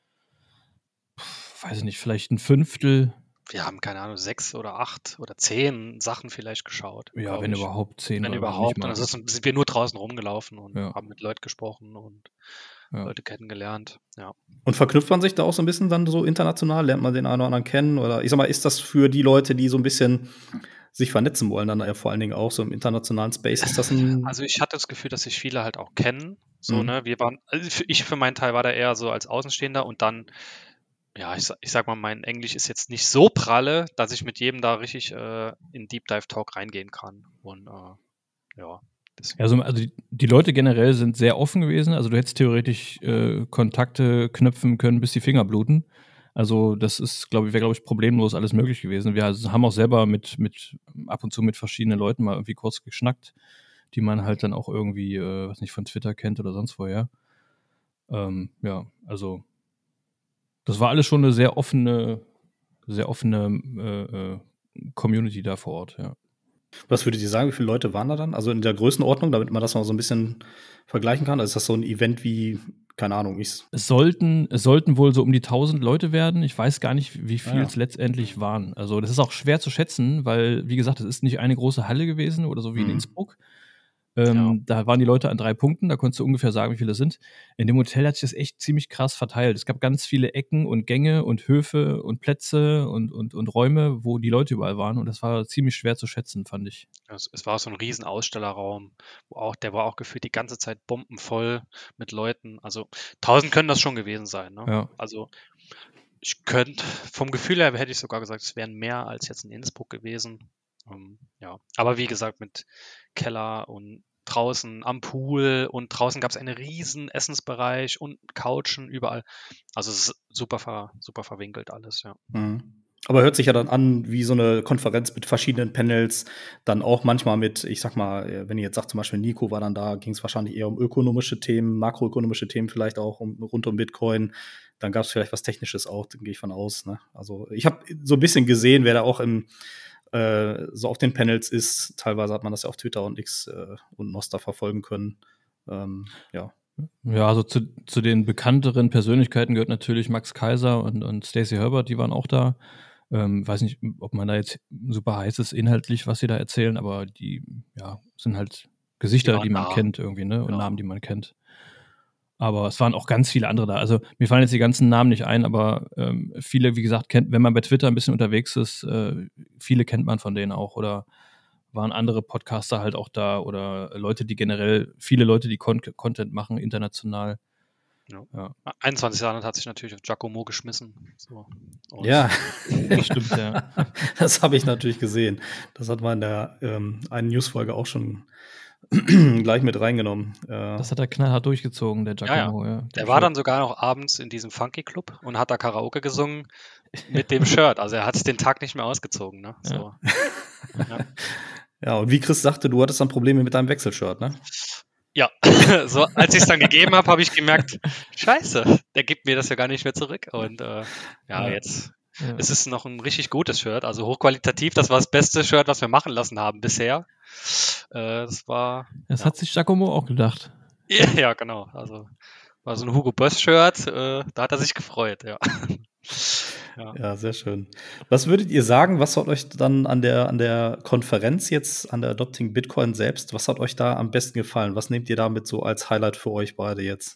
pf, weiß ich nicht, vielleicht ein Fünftel, Wir haben, keine Ahnung, sechs oder acht oder zehn Sachen vielleicht geschaut. ja, glaub wenn ich. überhaupt zehn Wenn oder nicht überhaupt. Und mal. ansonsten sind wir nur draußen rumgelaufen und Ja. haben mit Leuten gesprochen und Ja. Leute kennengelernt. Ja. Und verknüpft man sich da auch so ein bisschen dann so international? Lernt man den einen oder anderen kennen? Oder ich sag mal, ist das für die Leute, die so ein bisschen sich vernetzen wollen, dann ja vor allen Dingen auch so im internationalen Space? Ist das ein Also ich hatte das Gefühl, dass sich viele halt auch kennen. So, Mhm. ne, wir waren, also für- ich für meinen Teil war da eher so als Außenstehender und dann, ja, ich, sa- ich sag mal, mein Englisch ist jetzt nicht so pralle, dass ich mit jedem da richtig äh, in Deep Dive Talk reingehen kann. Und äh, ja, deswegen. Also, also die, die Leute generell sind sehr offen gewesen. Also du hättest theoretisch äh, Kontakte knüpfen können, bis die Finger bluten. Also das ist, glaube ich, wäre, glaube ich, problemlos alles möglich gewesen. Wir haben auch selber mit, mit ab und zu mit verschiedenen Leuten mal irgendwie kurz geschnackt, die man halt dann auch irgendwie, äh, was nicht, von Twitter kennt oder sonst woher. Ähm, ja, also das war alles schon eine sehr offene, sehr offene äh, äh, Community da vor Ort, ja. Was würdet ihr sagen, wie viele Leute waren da dann? Also in der Größenordnung, damit man das mal so ein bisschen vergleichen kann. Also ist das so ein Event wie, keine Ahnung, ich Es sollten, es sollten wohl so um die tausend Leute werden. Ich weiß gar nicht, wie viel Ah, ja. es letztendlich waren. Also das ist auch schwer zu schätzen, weil, wie gesagt, es ist nicht eine große Halle gewesen oder so wie in Mhm. Innsbruck. Ähm, Da waren die Leute an drei Punkten, da konntest du ungefähr sagen, wie viele es sind. In dem Hotel hat sich das echt ziemlich krass verteilt. Es gab ganz viele Ecken und Gänge und Höfe und Plätze und, und, und Räume, wo die Leute überall waren. Und das war ziemlich schwer zu schätzen, fand ich. Es, es war so ein riesen Ausstellerraum, wo auch, der war auch gefühlt die ganze Zeit bombenvoll mit Leuten. Also tausend können das schon gewesen sein. Ne? Ja. Also ich könnte, vom Gefühl her hätte ich sogar gesagt, es wären mehr als jetzt in Innsbruck gewesen. Ähm, ja, aber wie gesagt, mit Keller und draußen am Pool und draußen gab es einen riesen Essensbereich und Couchen überall. Also es ist super, ver, super verwinkelt alles, ja. Mhm. Aber hört sich ja dann an wie so eine Konferenz mit verschiedenen Panels, dann auch manchmal mit, ich sag mal, äh, wenn ihr jetzt sagt, zum Beispiel Nico war dann da, ging es wahrscheinlich eher um ökonomische Themen, makroökonomische Themen vielleicht auch um, rund um Bitcoin. Dann gab es vielleicht was Technisches auch, gehe ich von aus. Ne? Also ich habe so ein bisschen gesehen, wer da auch im, äh, so auf den Panels ist. Teilweise hat man das ja auf Twitter und X äh, und Nostra verfolgen können. Ähm, ja. Ja, also zu, zu den bekannteren Persönlichkeiten gehört natürlich Max Kaiser und, und Stacey Herbert, die waren auch da. Ähm, weiß nicht, ob man da jetzt super heiß ist inhaltlich, was sie da erzählen, aber die ja, sind halt Gesichter, Die die, waren man da. kennt irgendwie, ne? Und Ja. Namen, die man kennt. Aber es waren auch ganz viele andere da. Also mir fallen jetzt die ganzen Namen nicht ein, aber ähm, viele, wie gesagt, kennt, wenn man bei Twitter ein bisschen unterwegs ist, äh, viele kennt man von denen auch oder waren andere Podcaster halt auch da oder Leute, die generell, viele Leute, die Con- Content machen, international. Ja. Ja. einundzwanzig Jahre hat sich natürlich auf Giacomo geschmissen. So. Und Ja, Das stimmt, ja. das habe ich natürlich gesehen. Das hat man in der ähm, einen Newsfolge auch schon gleich mit reingenommen. Äh, Das hat er knallhart durchgezogen, der Ja, ja. Giacomo. Ja, Der war dann sogar noch abends in diesem Funky Club und hat da Karaoke gesungen mit dem Shirt. Also er hat es den Tag nicht mehr ausgezogen. Ne? So. Ja. ja, und wie Chris sagte, du hattest dann Probleme mit deinem Wechselshirt, ne? Ja, so als ich es dann gegeben habe, habe ich gemerkt, scheiße, der gibt mir das ja gar nicht mehr zurück. Und äh, ja, Ja. jetzt Ja. es ist noch ein richtig gutes Shirt, also hochqualitativ. Das war das beste Shirt, was wir machen lassen haben bisher. Äh, das war Das ja. hat sich Giacomo auch gedacht. Ja, ja, genau. Also war so ein Hugo Boss Shirt, äh, da hat er sich gefreut, ja. Ja. Ja, sehr schön. Was würdet ihr sagen, was hat euch dann an der, an der Konferenz jetzt, an der Adopting Bitcoin selbst, was hat euch da am besten gefallen? Was nehmt ihr damit so als Highlight für euch beide jetzt?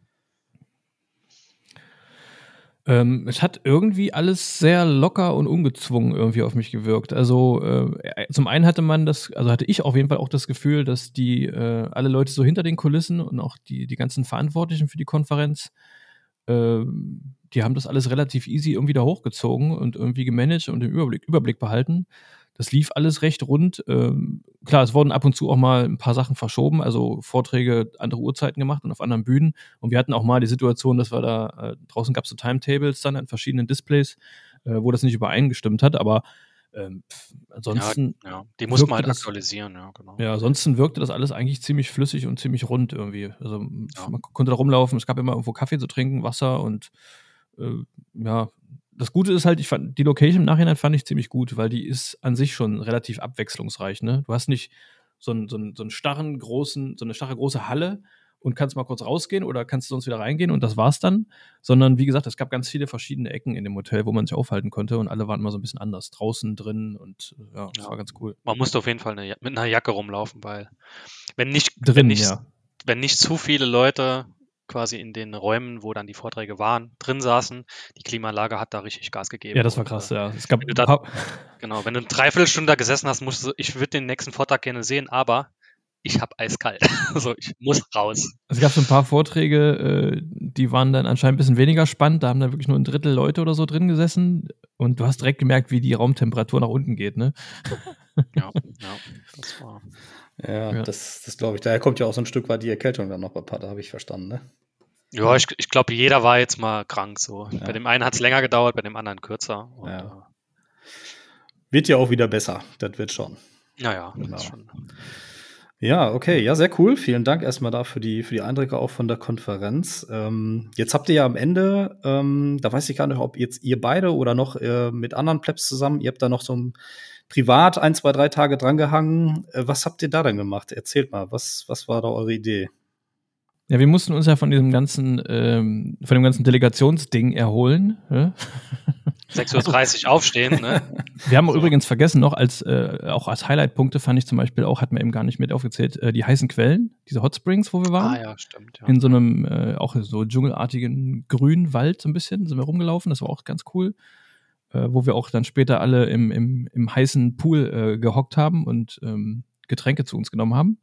Ähm, es hat irgendwie alles sehr locker und ungezwungen irgendwie auf mich gewirkt. Also äh, zum einen hatte man das, also hatte ich auf jeden Fall auch das Gefühl, dass die äh, alle Leute so hinter den Kulissen und auch die, die ganzen Verantwortlichen für die Konferenz, äh, die haben das alles relativ easy irgendwie da hochgezogen und irgendwie gemanagt und den Überblick, Überblick behalten. Das lief alles recht rund. Ähm, klar, es wurden ab und zu auch mal ein paar Sachen verschoben, also Vorträge andere Uhrzeiten gemacht und auf anderen Bühnen. Und wir hatten auch mal die Situation, dass wir da, äh, draußen gab es so Timetables dann an verschiedenen Displays, äh, wo das nicht übereingestimmt hat. Aber Ähm, pf, ansonsten Ja, ja. Die muss man wirkte halt das, aktualisieren, ja, genau. ja, ansonsten wirkte das alles eigentlich ziemlich flüssig und ziemlich rund irgendwie. Also m, Ja. man konnte da rumlaufen, es gab immer irgendwo Kaffee zu trinken, Wasser und äh, ja, das Gute ist halt, ich fand, die Location im Nachhinein fand ich ziemlich gut, weil die ist an sich schon relativ abwechslungsreich, ne? Du hast nicht so einen, so einen, so einen starren, großen, so eine starre große Halle und kannst mal kurz rausgehen oder kannst sonst wieder reingehen und das war's dann, sondern wie gesagt, es gab ganz viele verschiedene Ecken in dem Hotel, wo man sich aufhalten konnte und alle waren immer so ein bisschen anders, draußen, drin und äh, ja, das Ja. war ganz cool. Man musste auf jeden Fall eine, Ja- mit einer Jacke rumlaufen, weil wenn nicht, wenn Drin, nicht, ja. wenn nicht zu viele Leute quasi in den Räumen, wo dann die Vorträge waren, drin saßen, die Klimaanlage hat da richtig Gas gegeben. Ja, das war Und, krass, äh, ja. Es gab wenn du ein da, paar, genau, wenn du eine Dreiviertelstunde da gesessen hast, musst du, ich würde den nächsten Vortrag gerne sehen, aber ich habe eiskalt. Also ich muss raus. es gab so ein paar Vorträge, äh, die waren dann anscheinend ein bisschen weniger spannend. Da haben dann wirklich nur ein Drittel Leute oder so drin gesessen. Und du hast direkt gemerkt, wie die Raumtemperatur nach unten geht, ne? Ja, ja, das war. Ja, Ja. das, das glaube ich. Daher kommt ja auch so ein Stück weit die Erkältung dann noch bei Pater, habe ich verstanden, ne? Ja, ich, ich glaube, jeder war jetzt mal krank. So. Ja. Bei dem einen hat es länger gedauert, bei dem anderen kürzer. Und, Ja. äh, Wird ja auch wieder besser. Das wird schon. naja, Genau. ist schon. Ja, okay. Ja, sehr cool. Vielen Dank erstmal da für die, für die Eindrücke auch von der Konferenz. Ähm, jetzt habt ihr ja am Ende, ähm, da weiß ich gar nicht, ob jetzt ihr beide oder noch äh, mit anderen Plebs zusammen, ihr habt da noch so ein privat ein, zwei, drei Tage drangehangen. Äh, was habt ihr da dann gemacht? Erzählt mal, was, was war da eure Idee? Ja, wir mussten uns ja von diesem ganzen, ähm, von dem ganzen Delegationsding erholen. Ja? sechs Uhr dreißig aufstehen, ne? Wir haben So. übrigens vergessen noch, als äh, auch als Highlight-Punkte fand ich zum Beispiel auch, hatten wir eben gar nicht mit aufgezählt, äh, die heißen Quellen, diese Hot Springs, wo wir waren. Ah ja, stimmt. Ja. In so einem äh, auch so dschungelartigen grünen Wald so ein bisschen sind wir rumgelaufen. Das war auch ganz cool. Äh, wo wir auch dann später alle im, im, im heißen Pool äh, gehockt haben und ähm, Getränke zu uns genommen haben.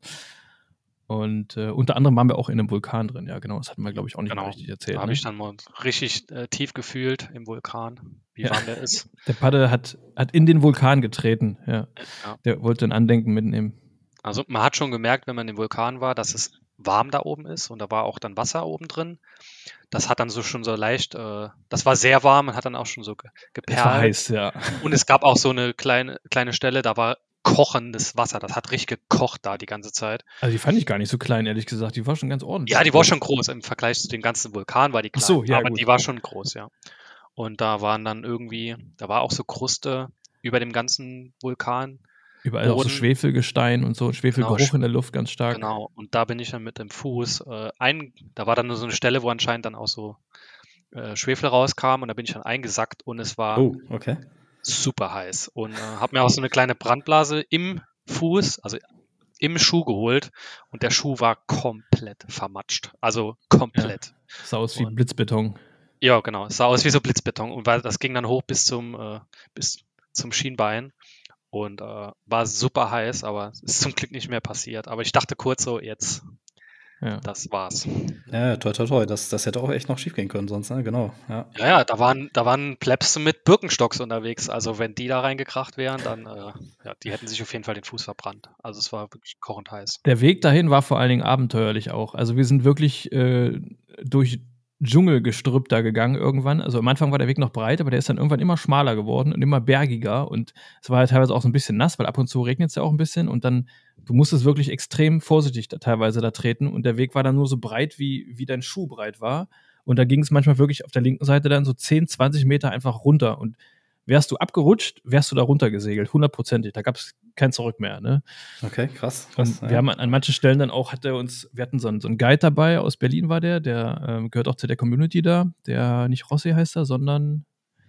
Und äh, unter anderem waren wir auch in einem Vulkan drin. Ja, genau, das hatten wir, glaube ich, auch nicht Genau. mal richtig erzählt. Da habe Ne? ich dann mal richtig äh, tief gefühlt im Vulkan, wie Ja. warm der ist. Der Padde hat, hat in den Vulkan getreten. Ja. Ja. Der wollte ein Andenken mitnehmen. Also man hat schon gemerkt, wenn man im Vulkan war, dass es warm da oben ist und da war auch dann Wasser oben drin. Das hat dann so schon so leicht, äh, das war sehr warm und hat dann auch schon so ge Es war geperlt. heiß, ja. Und es gab auch so eine kleine, kleine Stelle, da war kochendes Wasser. Das hat richtig gekocht da die ganze Zeit. Also die fand ich gar nicht so klein, ehrlich gesagt. Die war schon ganz ordentlich. Ja, die war schon groß. Im Vergleich zu dem ganzen Vulkan war die Ach klein. so, ja, aber gut. die war schon groß, ja. Und da waren dann irgendwie, da war auch so Kruste über dem ganzen Vulkan. Überall auch so Boden. Schwefelgestein und so, Schwefelgeruch Genau, in der Luft ganz stark. Genau. Und da bin ich dann mit dem Fuß äh, ein, da war dann nur so eine Stelle, wo anscheinend dann auch so äh, Schwefel rauskam und da bin ich dann eingesackt und es war Oh, okay. super heiß und äh, habe mir auch so eine kleine Brandblase im Fuß, also im Schuh geholt und der Schuh war komplett vermatscht. Also komplett. Sah aus wie Und- Blitzbeton. Ja, genau. Es sah aus wie so Blitzbeton und weil das ging dann hoch bis zum, äh, bis zum Schienbein und äh, war super heiß, aber es ist zum Glück nicht mehr passiert. Aber ich dachte kurz so, jetzt, Ja. das war's. Ja, toi, toi, toi. Das, das hätte auch echt noch schief gehen können sonst, ne? Genau, ja. Ja, ja, da waren, da waren Plebs mit Birkenstocks unterwegs. Also wenn die da reingekracht wären, dann, äh, ja, die hätten sich auf jeden Fall den Fuß verbrannt. Also es war wirklich kochend heiß. Der Weg dahin war vor allen Dingen abenteuerlich auch. Also wir sind wirklich äh, durch Dschungelgestrüpp da gegangen irgendwann. Also am Anfang war der Weg noch breit, aber der ist dann irgendwann immer schmaler geworden und immer bergiger. Und es war halt teilweise auch so ein bisschen nass, weil ab und zu regnet es ja auch ein bisschen. Und dann, du musstest wirklich extrem vorsichtig da, teilweise da treten. Und der Weg war dann nur so breit, wie, wie dein Schuh breit war. Und da ging es manchmal wirklich auf der linken Seite dann so zehn, zwanzig Meter einfach runter. Und wärst du abgerutscht, wärst du da runtergesegelt, hundertprozentig. Da gab es kein Zurück mehr, ne? Okay, krass. krass Und wir haben an, an manchen Stellen dann auch, hat er uns, wir hatten so einen, so einen Guide dabei, aus Berlin war der, der ähm, gehört auch zu der Community da, der nicht Rossi heißt er, sondern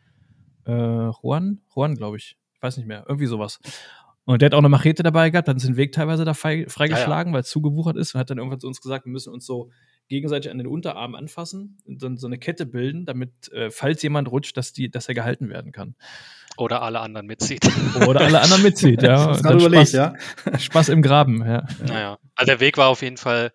äh, Juan, Juan, glaube ich. Ich weiß nicht mehr, irgendwie sowas. Und der hat auch eine Machete dabei gehabt, hat uns den Weg teilweise da frei, freigeschlagen, weil es zugewuchert ist und hat dann irgendwann zu uns gesagt, wir müssen uns so gegenseitig an den Unterarmen anfassen und dann so eine Kette bilden, damit, äh, falls jemand rutscht, dass, die, dass er gehalten werden kann. Oder alle anderen mitzieht. Oder alle anderen mitzieht, ja. Ich hab's Und gerade dann überlegt, Spaß, ja. Spaß im Graben, ja. Naja, also der Weg war auf jeden Fall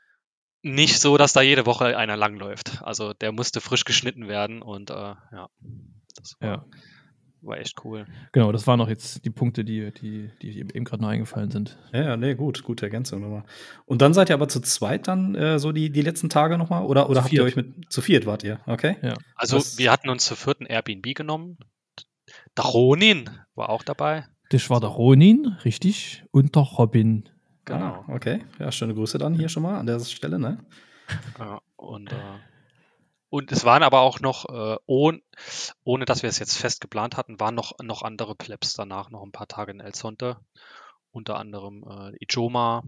nicht so, dass da jede Woche einer langläuft. Also der musste frisch geschnitten werden und äh, ja, das war, Ja. war echt cool. Genau, das waren noch jetzt die Punkte, die, die, die eben gerade noch eingefallen sind. Ja, ja, nee, gut, gute Ergänzung nochmal. Und dann seid ihr aber zu zweit dann äh, so die, die letzten Tage nochmal? Oder, oder Zu habt ihr viert. euch mit zu viert wart ihr? Okay. Ja. Also Was- wir hatten uns zu vierten Airbnb genommen. der Ronin war auch dabei. Das war der Ronin, richtig, und der Robin. Genau. Ah, okay. Ja, schöne Grüße dann hier schon mal an der Stelle, ne? Ja, und, äh, und es waren aber auch noch, äh, ohn, ohne dass wir es jetzt fest geplant hatten, waren noch, noch andere Plebs danach, noch ein paar Tage in El Sonte. Unter anderem äh, Ijoma,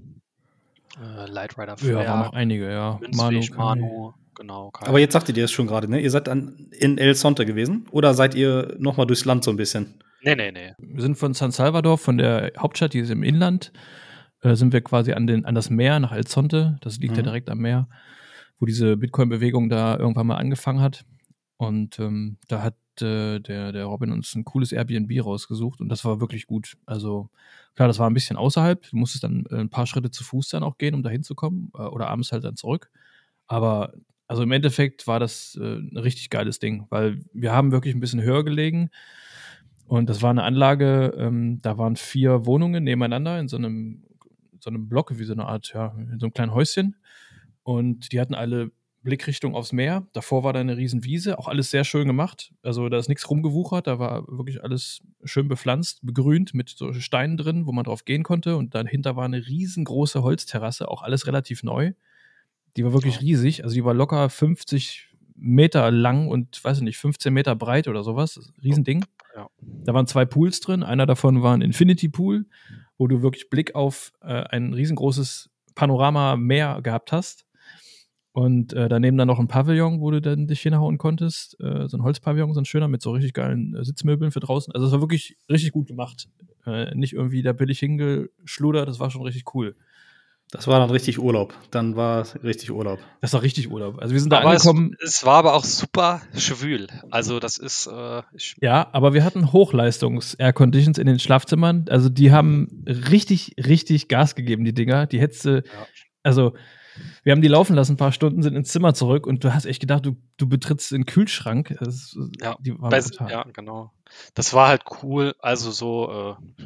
äh, Light Rider Ja, waren Flair, noch einige, ja. Manu, Münzwig, Kai. Manu, genau. Kai. Aber jetzt sagtet ihr es schon gerade, ne? Ihr seid dann in El Sonte gewesen? Oder seid ihr nochmal durchs Land so ein bisschen? Nee, nee, nee. Wir sind von San Salvador, von der Hauptstadt, die ist im Inland, äh, sind wir quasi an, den, an das Meer nach El Sonte. Das liegt Mhm. ja direkt am Meer, wo diese Bitcoin-Bewegung da irgendwann mal angefangen hat. Und ähm, da hat äh, der, der Robin uns ein cooles Airbnb rausgesucht und das war wirklich gut. Also klar, das war ein bisschen außerhalb. Du musstest dann äh, ein paar Schritte zu Fuß dann auch gehen, um da hinzukommen äh, oder abends halt dann zurück. Aber also im Endeffekt war das äh, ein richtig geiles Ding, weil wir haben wirklich ein bisschen höher gelegen und das war eine Anlage, ähm, da waren vier Wohnungen nebeneinander in so einem, so einem Block, wie so eine Art, ja, in so einem kleinen Häuschen und die hatten alle Blickrichtung aufs Meer. Davor war da eine riesen Wiese, auch alles sehr schön gemacht. Also da ist nichts rumgewuchert, da war wirklich alles schön bepflanzt, begrünt mit so Steinen drin, wo man drauf gehen konnte. Und dahinter war eine riesengroße Holzterrasse, auch alles relativ neu. Die war wirklich Ja. riesig, also die war locker fünfzig Meter lang und, weiß ich nicht, fünfzehn Meter breit oder sowas. Riesending. Ja. Da waren zwei Pools drin. Einer davon war ein Infinity Pool, wo du wirklich Blick auf äh, ein riesengroßes Panorama-Meer gehabt hast. Und äh, daneben dann noch ein Pavillon, wo du dann dich hinhauen konntest. Äh, so ein Holzpavillon, so ein schöner mit so richtig geilen äh, Sitzmöbeln für draußen. Also es war wirklich richtig gut gemacht. Äh, nicht irgendwie da billig hingeschludert, das war schon richtig cool. Das war dann richtig Urlaub. Dann war es richtig Urlaub. Das war richtig Urlaub. Also wir sind da Aber es, angekommen. es war aber auch super schwül. Also das ist, äh, ich, Ja, aber wir hatten Hochleistungs-Air-Conditions in den Schlafzimmern. Also die haben richtig, richtig Gas gegeben, die Dinger. Die hättest du, ja. also wir haben die laufen lassen, ein paar Stunden, sind ins Zimmer zurück und du hast echt gedacht, du, du betrittst den Kühlschrank. Das, Ja, die waren bei, brutal. ja, genau. Das war halt cool. Also so, äh,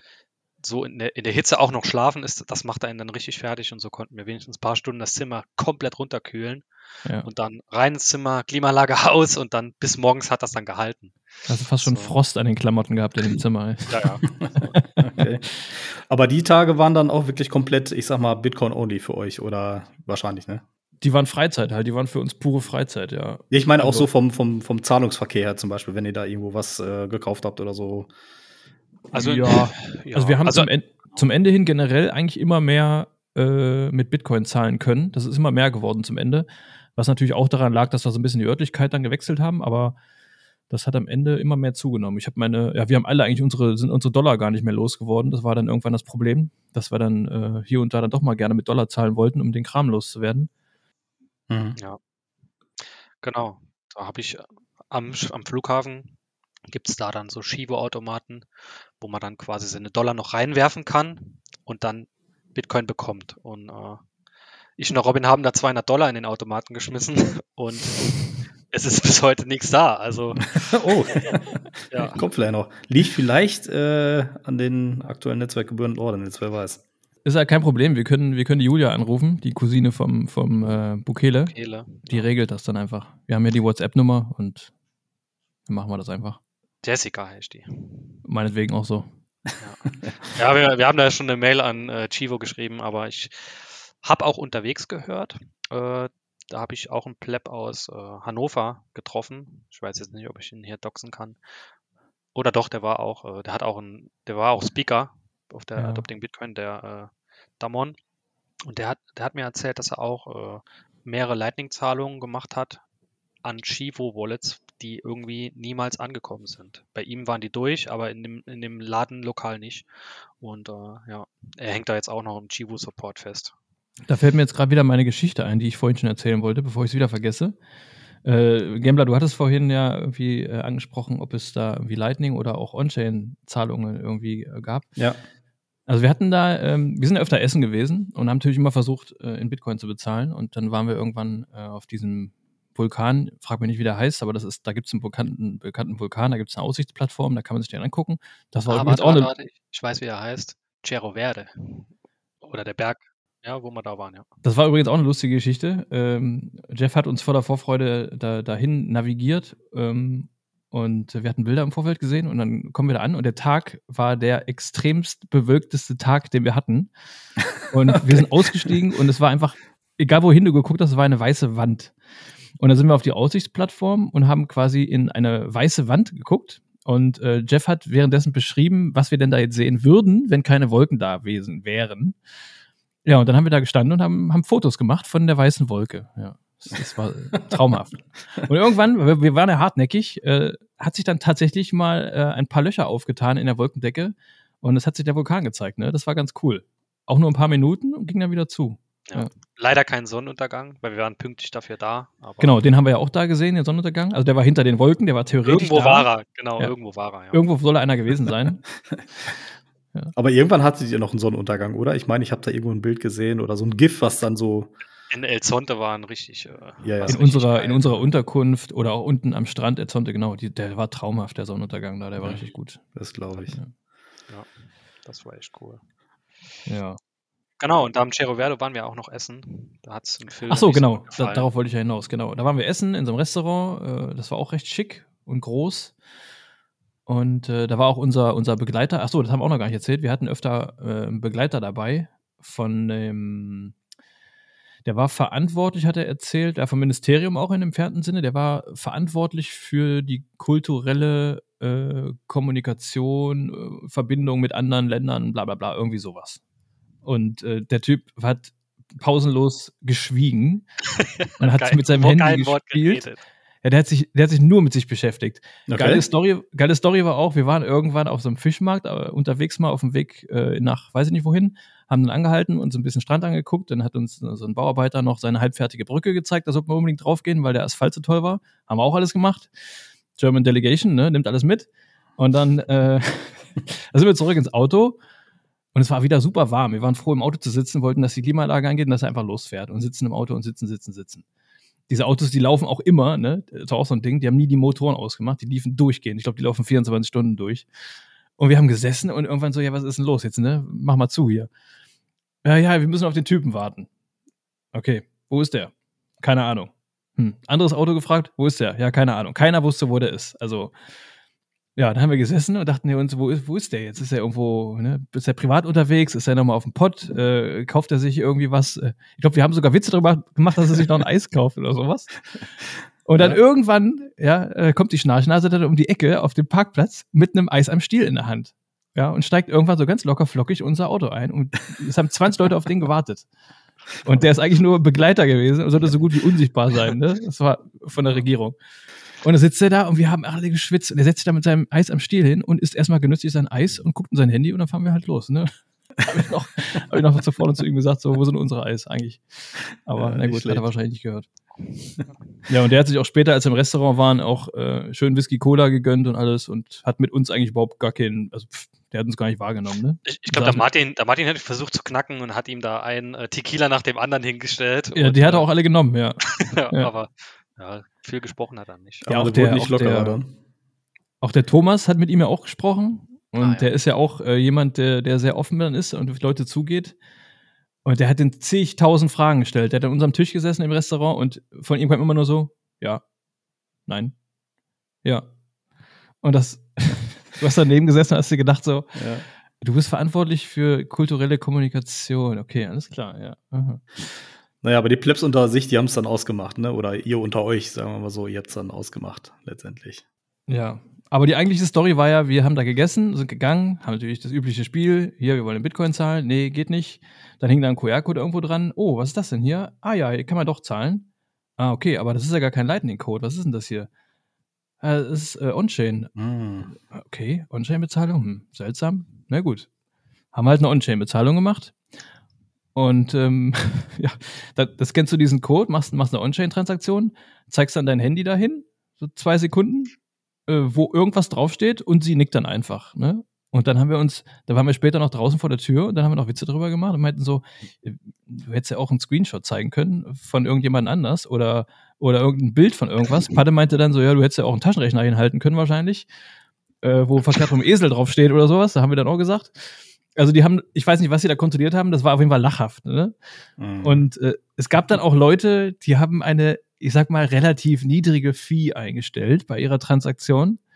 so in der, in der Hitze auch noch schlafen ist, das macht einen dann richtig fertig und so konnten wir wenigstens ein paar Stunden das Zimmer komplett runterkühlen Ja. und dann rein ins Zimmer, Klimaanlage aus und dann bis morgens hat das dann gehalten. Hast du fast schon So. Frost an den Klamotten gehabt in dem Zimmer. Ja, ja. Okay. Aber die Tage waren dann auch wirklich komplett, ich sag mal, Bitcoin-only für euch oder wahrscheinlich, ne? Die waren Freizeit halt, die waren für uns pure Freizeit, ja. Ich meine auch Also- so vom, vom, vom Zahlungsverkehr her zum Beispiel, wenn ihr da irgendwo was äh, gekauft habt oder so. Also, ja. ja. Also wir haben also, zum, en zum Ende hin generell eigentlich immer mehr äh, mit Bitcoin zahlen können. Das ist immer mehr geworden zum Ende. Was natürlich auch daran lag, dass wir so ein bisschen die Örtlichkeit dann gewechselt haben, aber das hat am Ende immer mehr zugenommen. Ich habe meine, ja, wir haben alle eigentlich unsere, sind unsere Dollar gar nicht mehr losgeworden. Das war dann irgendwann das Problem, dass wir dann äh, hier und da dann doch mal gerne mit Dollar zahlen wollten, um den Kram loszuwerden. Mhm. ja. Genau. Da habe ich am, am Flughafen gibt es da dann so Chivo-Automaten, wo man dann quasi seine Dollar noch reinwerfen kann und dann Bitcoin bekommt. Und äh, ich und der Robin haben da zweihundert Dollar in den Automaten geschmissen und es ist bis heute nichts da. Also Oh, ja, kommt vielleicht noch. Liegt vielleicht äh, an den aktuellen Netzwerkgebühren Ordnance, wer weiß. Ist ja kein Problem. Wir können, wir können die Julia anrufen, die Cousine vom, vom äh, Bukele. Kehle. Die regelt das dann einfach. Wir haben ja die WhatsApp-Nummer und dann machen wir das einfach. Jessica heißt die. Meinetwegen auch so. Ja, wir, wir haben da schon eine Mail an äh, Chivo geschrieben, aber ich habe auch unterwegs gehört. Äh, da habe ich auch einen Pleb aus äh, Hannover getroffen. Ich weiß jetzt nicht, ob ich ihn hier doxen kann. Oder doch, der war auch, äh, der hat auch ein, der war auch Speaker auf der Ja. Adopting Bitcoin, der äh, Damon. Und der hat, der hat mir erzählt, dass er auch äh, mehrere Lightning-Zahlungen gemacht hat an Chivo-Wallets, die irgendwie niemals angekommen sind. Bei ihm waren die durch, aber in dem, in dem Ladenlokal nicht. Und äh, ja, er hängt da jetzt auch noch im Chivo-Support fest. Da fällt mir jetzt gerade wieder meine Geschichte ein, die ich vorhin schon erzählen wollte, bevor ich es wieder vergesse. Äh, Gambler, du hattest vorhin ja irgendwie äh, angesprochen, ob es da irgendwie Lightning oder auch On-Chain-Zahlungen irgendwie äh, gab. Ja. Also wir hatten da, ähm, wir sind öfter essen gewesen und haben natürlich immer versucht, äh, in Bitcoin zu bezahlen. Und dann waren wir irgendwann äh, auf diesem Vulkan, frag mich nicht, wie der heißt, aber das ist, da gibt es einen bekannten, bekannten Vulkan, da gibt es eine Aussichtsplattform, da kann man sich den angucken. Das war Ah, übrigens warte, auch eine, warte, warte. Ich weiß, wie er heißt. Cerro Verde. Oder der Berg, ja, wo wir da waren, ja. Das war übrigens auch eine lustige Geschichte. Ähm, Jeff hat uns voller Vorfreude da, dahin navigiert ähm, Und wir hatten Bilder im Vorfeld gesehen und dann kommen wir da an und der Tag war der extremst bewölkteste Tag, den wir hatten. Und okay. wir sind ausgestiegen und es war einfach, egal wohin du geguckt hast, es war eine weiße Wand. Und dann sind wir auf die Aussichtsplattform und haben quasi in eine weiße Wand geguckt. Und äh, Jeff hat währenddessen beschrieben, was wir denn da jetzt sehen würden, wenn keine Wolken da gewesen wären. Ja, und dann haben wir da gestanden und haben, haben Fotos gemacht von der weißen Wolke. Ja, das, das war traumhaft. Und irgendwann, wir, wir waren ja hartnäckig, äh, hat sich dann tatsächlich mal äh, ein paar Löcher aufgetan in der Wolkendecke und es hat sich der Vulkan gezeigt. Ne? Das war ganz cool. Auch nur ein paar Minuten und ging dann wieder zu. Ja. Ja. Leider kein Sonnenuntergang, weil wir waren pünktlich dafür da. Aber genau, den haben wir ja auch da gesehen, den Sonnenuntergang. Also der war hinter den Wolken, der war theoretisch irgendwo da. war er, genau, Ja. irgendwo war er. Ja. Irgendwo soll einer gewesen sein. Ja. Aber irgendwann hattet ihr noch einen Sonnenuntergang, oder? Ich meine, ich habe da irgendwo ein Bild gesehen oder so ein GIF, was dann so in El Zonte waren richtig. Äh, ja, ja. In, unserer, in unserer Unterkunft oder auch unten am Strand El Zonte, genau. Die, der war traumhaft, der Sonnenuntergang da, der war ja, richtig gut. Das glaube ich. Ja. ja, das war echt cool. Ja. Genau, und da am Cerro Verde waren wir auch noch essen. Da hat es im Film. Ach so, genau. So da, darauf wollte ich ja hinaus. Genau. Da waren wir essen in so einem Restaurant. Äh, das war auch recht schick und groß. Und äh, da war auch unser, unser Begleiter. Ach so, das haben wir auch noch gar nicht erzählt. Wir hatten öfter äh, einen Begleiter dabei von dem. Der war verantwortlich, hat er erzählt, ja, vom Ministerium auch in dem entfernten Sinne. Der war verantwortlich für die kulturelle äh, Kommunikation, äh, Verbindung mit anderen Ländern, bla bla bla, irgendwie sowas. Und äh, der Typ hat pausenlos geschwiegen und hat Geil, mit seinem Handy gespielt. Ja, der hat sich, der hat sich nur mit sich beschäftigt. Okay. Geile Story, geile Story war auch, wir waren irgendwann auf so einem Fischmarkt, äh, unterwegs mal auf dem Weg äh, nach, weiß ich nicht wohin, haben dann angehalten und so ein bisschen Strand angeguckt. Dann hat uns so ein Bauarbeiter noch seine halbfertige Brücke gezeigt, da sollten wir unbedingt draufgehen, weil der Asphalt so toll war. Haben wir auch alles gemacht. German Delegation, ne, nimmt alles mit. Und dann äh, da sind wir zurück ins Auto und es war wieder super warm. Wir waren froh, im Auto zu sitzen, wollten, dass die Klimaanlage angeht und dass er einfach losfährt und sitzen im Auto und sitzen, sitzen, sitzen. Diese Autos, die laufen auch immer, ne? Das ist auch so ein Ding, die haben nie die Motoren ausgemacht, die liefen durchgehend. Ich glaube, die laufen vierundzwanzig Stunden durch. Und wir haben gesessen und irgendwann so, ja, was ist denn los jetzt, ne? Mach mal zu hier. Ja, ja, wir müssen auf den Typen warten. Okay, wo ist der? Keine Ahnung. Hm. Anderes Auto gefragt, wo ist der? Ja, keine Ahnung. Keiner wusste, wo der ist. Also, ja, dann haben wir gesessen und dachten wir uns, wo ist, wo ist der jetzt? Ist er irgendwo, ne? Ist er privat unterwegs? Ist er nochmal auf dem Pott? Äh, kauft er sich irgendwie was? Ich glaube, wir haben sogar Witze darüber gemacht, dass er sich noch ein Eis kauft oder sowas. Und dann ja. irgendwann, ja, kommt die Schnarchnase dann um die Ecke auf dem Parkplatz mit einem Eis am Stiel in der Hand. Ja, und steigt irgendwann so ganz locker flockig unser Auto ein. Und es haben zwanzig Leute auf den gewartet. Und der ist eigentlich nur Begleiter gewesen und sollte so gut wie unsichtbar sein, ne? Das war von der Regierung. Und dann sitzt er da und wir haben alle geschwitzt und er setzt sich da mit seinem Eis am Stiel hin und isst erstmal genüsslich sein Eis und guckt in sein Handy und dann fahren wir halt los, ne? Habe ich noch, hab ich noch zuvor zu ihm gesagt, so, wo sind unsere Eis eigentlich? Aber ja, na gut, hat er wahrscheinlich nicht gehört. Ja, und der hat sich auch später, als wir im Restaurant waren, auch äh, schön Whisky Cola gegönnt und alles und hat mit uns eigentlich überhaupt gar keinen, also pff, der hat uns gar nicht wahrgenommen, ne? Ich, ich glaube, der Martin, der Martin hat versucht zu knacken und hat ihm da einen äh, Tequila nach dem anderen hingestellt. Ja, und, die hat er auch alle genommen, ja. ja, ja. Aber ja, viel gesprochen hat er nicht. Ja, aber auch der, nicht auch, lockerer der, dann. Auch der Thomas hat mit ihm ja auch gesprochen und ah, ja. der ist ja auch äh, jemand, der, der sehr offen dann ist und auf Leute zugeht. Und der hat den zigtausend Fragen gestellt. Der hat an unserem Tisch gesessen im Restaurant und von ihm kam immer nur so, ja, nein, ja. Und das, du hast daneben gesessen und hast dir gedacht so, ja. Du bist verantwortlich für kulturelle Kommunikation. Okay, alles klar, ja. Aha. Naja, aber die Plebs unter sich, die haben es dann ausgemacht, ne? Oder ihr unter euch, sagen wir mal so, ihr habt es dann ausgemacht, letztendlich. Ja, aber die eigentliche Story war ja, wir haben da gegessen, sind gegangen, haben natürlich das übliche Spiel, hier, wir wollen in Bitcoin zahlen, nee, geht nicht. Dann hing da ein Q R-Code irgendwo dran, oh, was ist das denn hier? Ah ja, hier kann man doch zahlen. Ah, okay, aber das ist ja gar kein Lightning-Code, was ist denn das hier? Ah, das ist äh, On-Chain. Mm. Okay, On-Chain-Bezahlung, hm, seltsam, na gut. Haben halt eine On-Chain-Bezahlung gemacht. Und ähm, ja, das, das kennst du diesen Code, machst, machst eine On-Chain-Transaktion, zeigst dann dein Handy dahin, so zwei Sekunden, äh, wo irgendwas draufsteht und sie nickt dann einfach, ne? Und dann haben wir uns, da waren wir später noch draußen vor der Tür und dann haben wir noch Witze drüber gemacht und meinten so, du hättest ja auch einen Screenshot zeigen können von irgendjemand anders oder, oder irgendein Bild von irgendwas. Padde meinte dann so, ja, du hättest ja auch einen Taschenrechner hinhalten können wahrscheinlich, äh, wo verkehrt vom Esel draufsteht oder sowas, da haben wir dann auch gesagt. Also die haben, ich weiß nicht, was sie da kontrolliert haben, das war auf jeden Fall lachhaft, ne? Mhm. Und äh, es gab dann auch Leute, die haben eine, ich sag mal, relativ niedrige Fee eingestellt bei ihrer Transaktion.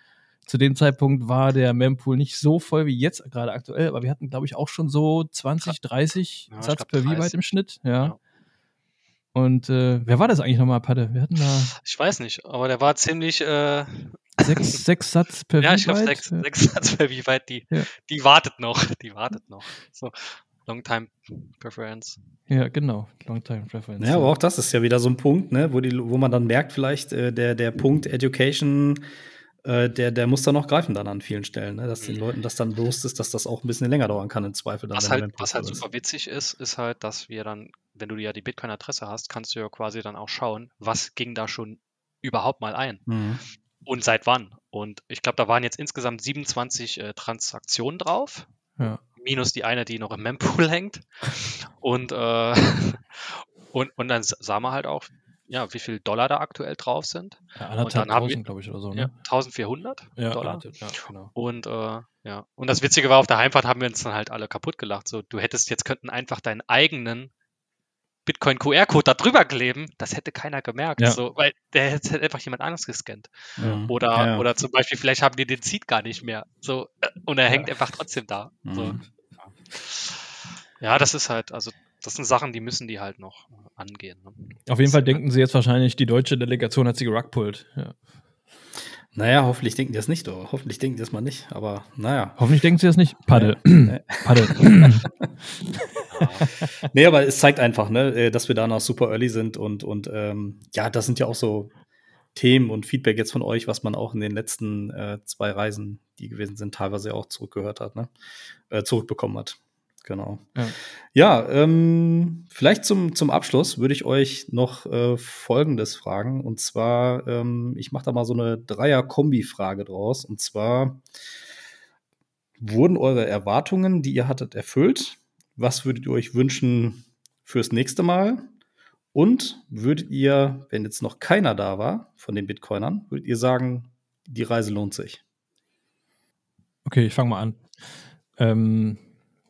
zu dem Zeitpunkt war der Mempool nicht so voll wie jetzt gerade aktuell, aber wir hatten, glaube ich, auch schon so zwanzig, dreißig Ja, ich Satz glaub, per dreißig. V-Byte im Schnitt. Ja. Ja. Und äh, wer war das eigentlich nochmal, Padde? Wir hatten da Ich weiß nicht, aber der war ziemlich, äh, sechs, sechs Satz per ja, ich glaube V-Byte. sechs, Ja. sechs Satz per V-Byte, die, Ja. die wartet noch, die wartet noch. So, Long Time Preference. Ja, genau. Long Time Preference. Ja, aber auch das ist ja wieder so ein Punkt, ne, wo, die, wo man dann merkt, vielleicht äh, der, der Punkt Education, äh, der, der muss dann noch greifen dann an vielen Stellen, ne, dass den Leuten das dann bewusst ist, dass das auch ein bisschen länger dauern kann im Zweifel. Dann, Was wenn halt, der Mempool was halt voll ist. super witzig ist, ist halt, dass wir dann, wenn du ja die Bitcoin-Adresse hast, kannst du ja quasi dann auch schauen, was ging da schon überhaupt mal ein Mhm. und seit wann. Und ich glaube, da waren jetzt insgesamt siebenundzwanzig äh, Transaktionen drauf, Ja. minus die eine, die noch im Mempool hängt. Und, äh, und, und dann sah man halt auch, ja, wie viel Dollar da aktuell drauf sind. Ja, Und dann haben wir, anderthalbtausend, glaube ich, oder so, ja, ne? eintausendvierhundert Ja, Dollar. anderthalb, ja, genau. Und äh, ja, und das Witzige war, auf der Heimfahrt haben wir uns dann halt alle kaputt gelacht. So, du hättest jetzt könnten einfach deinen eigenen Bitcoin-Q R-Code da drüber kleben, das hätte keiner gemerkt. Ja. So, weil der hätte halt einfach jemand anderes gescannt. Mhm. Oder, Ja, ja. oder zum Beispiel, vielleicht haben die den Seed gar nicht mehr. So, äh, und er Ja. hängt einfach trotzdem da. So. Mhm. Ja, das ist halt, also das sind Sachen, die müssen die halt noch äh, angehen. Ne? Auf jeden Das Fall ist denken sie jetzt wahrscheinlich, die deutsche Delegation hat sie gerugpult. Ja. Naja, hoffentlich denken die das nicht, doch. Hoffentlich denken die das mal nicht, aber naja. Hoffentlich denken sie das nicht. Paddel. Nee. Paddel. Nee, aber es zeigt einfach, ne, äh, dass wir da noch super early sind und, und ähm, ja, das sind ja auch so Themen und Feedback jetzt von euch, was man auch in den letzten äh, zwei Reisen, die gewesen sind, teilweise auch zurückgehört hat, ne? Äh, zurückbekommen hat. Genau. Ja. Ja, ähm, vielleicht zum, zum Abschluss würde ich euch noch äh, Folgendes fragen. Und zwar, ähm, ich mache da mal so eine Dreier-Kombi-Frage draus. Und zwar, wurden eure Erwartungen, die ihr hattet, erfüllt? Was würdet ihr euch wünschen fürs nächste Mal? Und würdet ihr, wenn jetzt noch keiner da war von den Bitcoinern, würdet ihr sagen, die Reise lohnt sich? Okay, ich fange mal an. Ähm,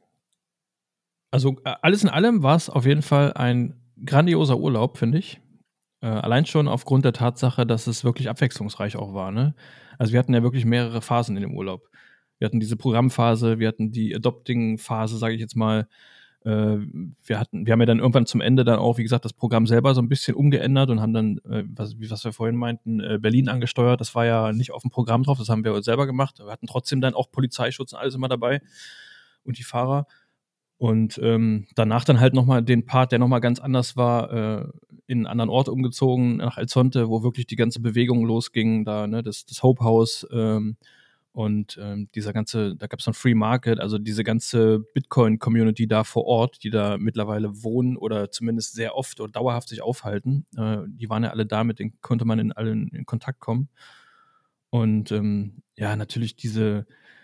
also äh, alles in allem war es auf jeden Fall ein grandioser Urlaub, finde ich. Äh, allein schon aufgrund der Tatsache, dass es wirklich abwechslungsreich auch war. Ne? Also wir hatten ja wirklich mehrere Phasen in dem Urlaub. Wir hatten diese Programmphase, wir hatten die Adopting-Phase, sage ich jetzt mal. Äh, wir hatten, wir haben ja dann irgendwann zum Ende dann auch, wie gesagt, das Programm selber so ein bisschen umgeändert und haben dann, äh, was, was wir vorhin meinten, äh, Berlin angesteuert. Das war ja nicht auf dem Programm drauf, das haben wir selber gemacht. Wir hatten trotzdem dann auch Polizeischutz und alles immer dabei und die Fahrer. Und ähm, danach dann halt nochmal den Part, der nochmal ganz anders war, äh, in einen anderen Ort umgezogen, nach El Zonte, wo wirklich die ganze Bewegung losging, da, ne, das, das Hope House ähm, und ähm, dieser ganze, da gab es so ein Free Market, also diese ganze Bitcoin-Community da vor Ort, die da mittlerweile wohnen oder zumindest sehr oft oder dauerhaft sich aufhalten, äh, die waren ja alle da, mit denen konnte man in allen in Kontakt kommen. Und ähm, ja, natürlich diese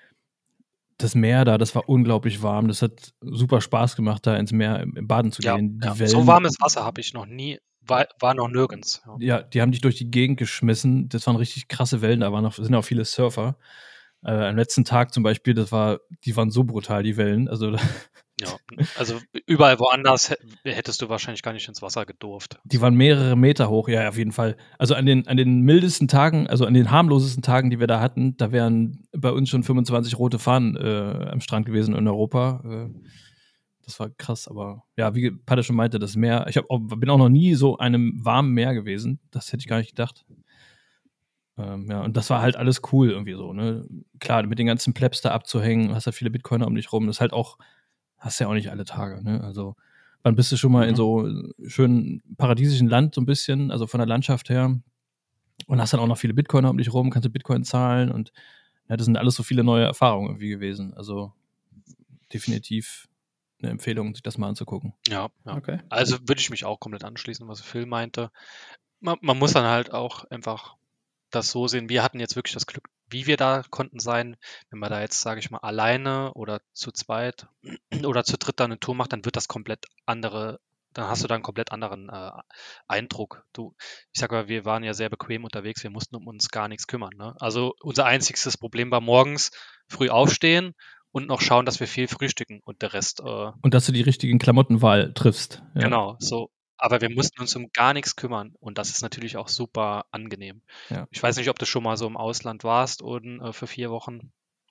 das Meer da, das war unglaublich warm. Das hat super Spaß gemacht, da ins Meer baden zu Ja, gehen. Die ja. Wellen, So warmes Wasser habe ich noch nie, war, war noch nirgends. Ja. ja, die haben dich durch die Gegend geschmissen. Das waren richtig krasse Wellen. Da waren auch, sind auch viele Surfer. Äh, am letzten Tag zum Beispiel, das war, die waren so brutal, die Wellen. Also Ja, also überall woanders hä- hättest du wahrscheinlich gar nicht ins Wasser gedurft. die waren mehrere Meter hoch, ja, auf jeden Fall. Also an den, an den mildesten Tagen, also an den harmlosesten Tagen, die wir da hatten, da wären bei uns schon fünfundzwanzig rote Fahnen äh, am Strand gewesen in Europa. Äh, das war krass, aber ja, wie Patte schon meinte, das Meer, ich hab auch, bin auch noch nie so einem warmen Meer gewesen. Das hätte ich gar nicht gedacht. Ähm, ja, und das war halt alles cool irgendwie so, ne? Klar, mit den ganzen Plebs da abzuhängen, hast ja viele Bitcoiner um dich rum, das ist halt auch, hast ja auch nicht alle Tage, ne? Also, wann bist du schon mal Mhm. in so schönen paradiesischen Land so ein bisschen, also von der Landschaft her und hast dann auch noch viele Bitcoiner um dich rum, kannst du Bitcoin zahlen und ja, das sind alles so viele neue Erfahrungen irgendwie gewesen. Also definitiv eine Empfehlung, sich das mal anzugucken. Ja, ja. Okay. Also würde ich mich auch komplett anschließen, was Phil meinte. Man, man muss dann halt auch einfach das so sehen. Wir hatten jetzt wirklich das Glück, wie wir da konnten sein. Wenn man da jetzt, sage ich mal, alleine oder zu zweit oder zu dritt dann eine Tour macht, dann wird das komplett andere, dann hast du da einen komplett anderen äh, Eindruck. Du, ich sag mal, wir waren ja sehr bequem unterwegs, wir mussten um uns gar nichts kümmern. Ne? Also unser einziges Problem war morgens früh aufstehen und noch schauen, dass wir viel frühstücken und der Rest, äh, Und dass du die richtigen Klamottenwahl triffst. Ja. genau, so. aber wir mussten uns um gar nichts kümmern und das ist natürlich auch super angenehm. Ja. Ich weiß nicht, ob du schon mal so im Ausland warst und äh, für vier Wochen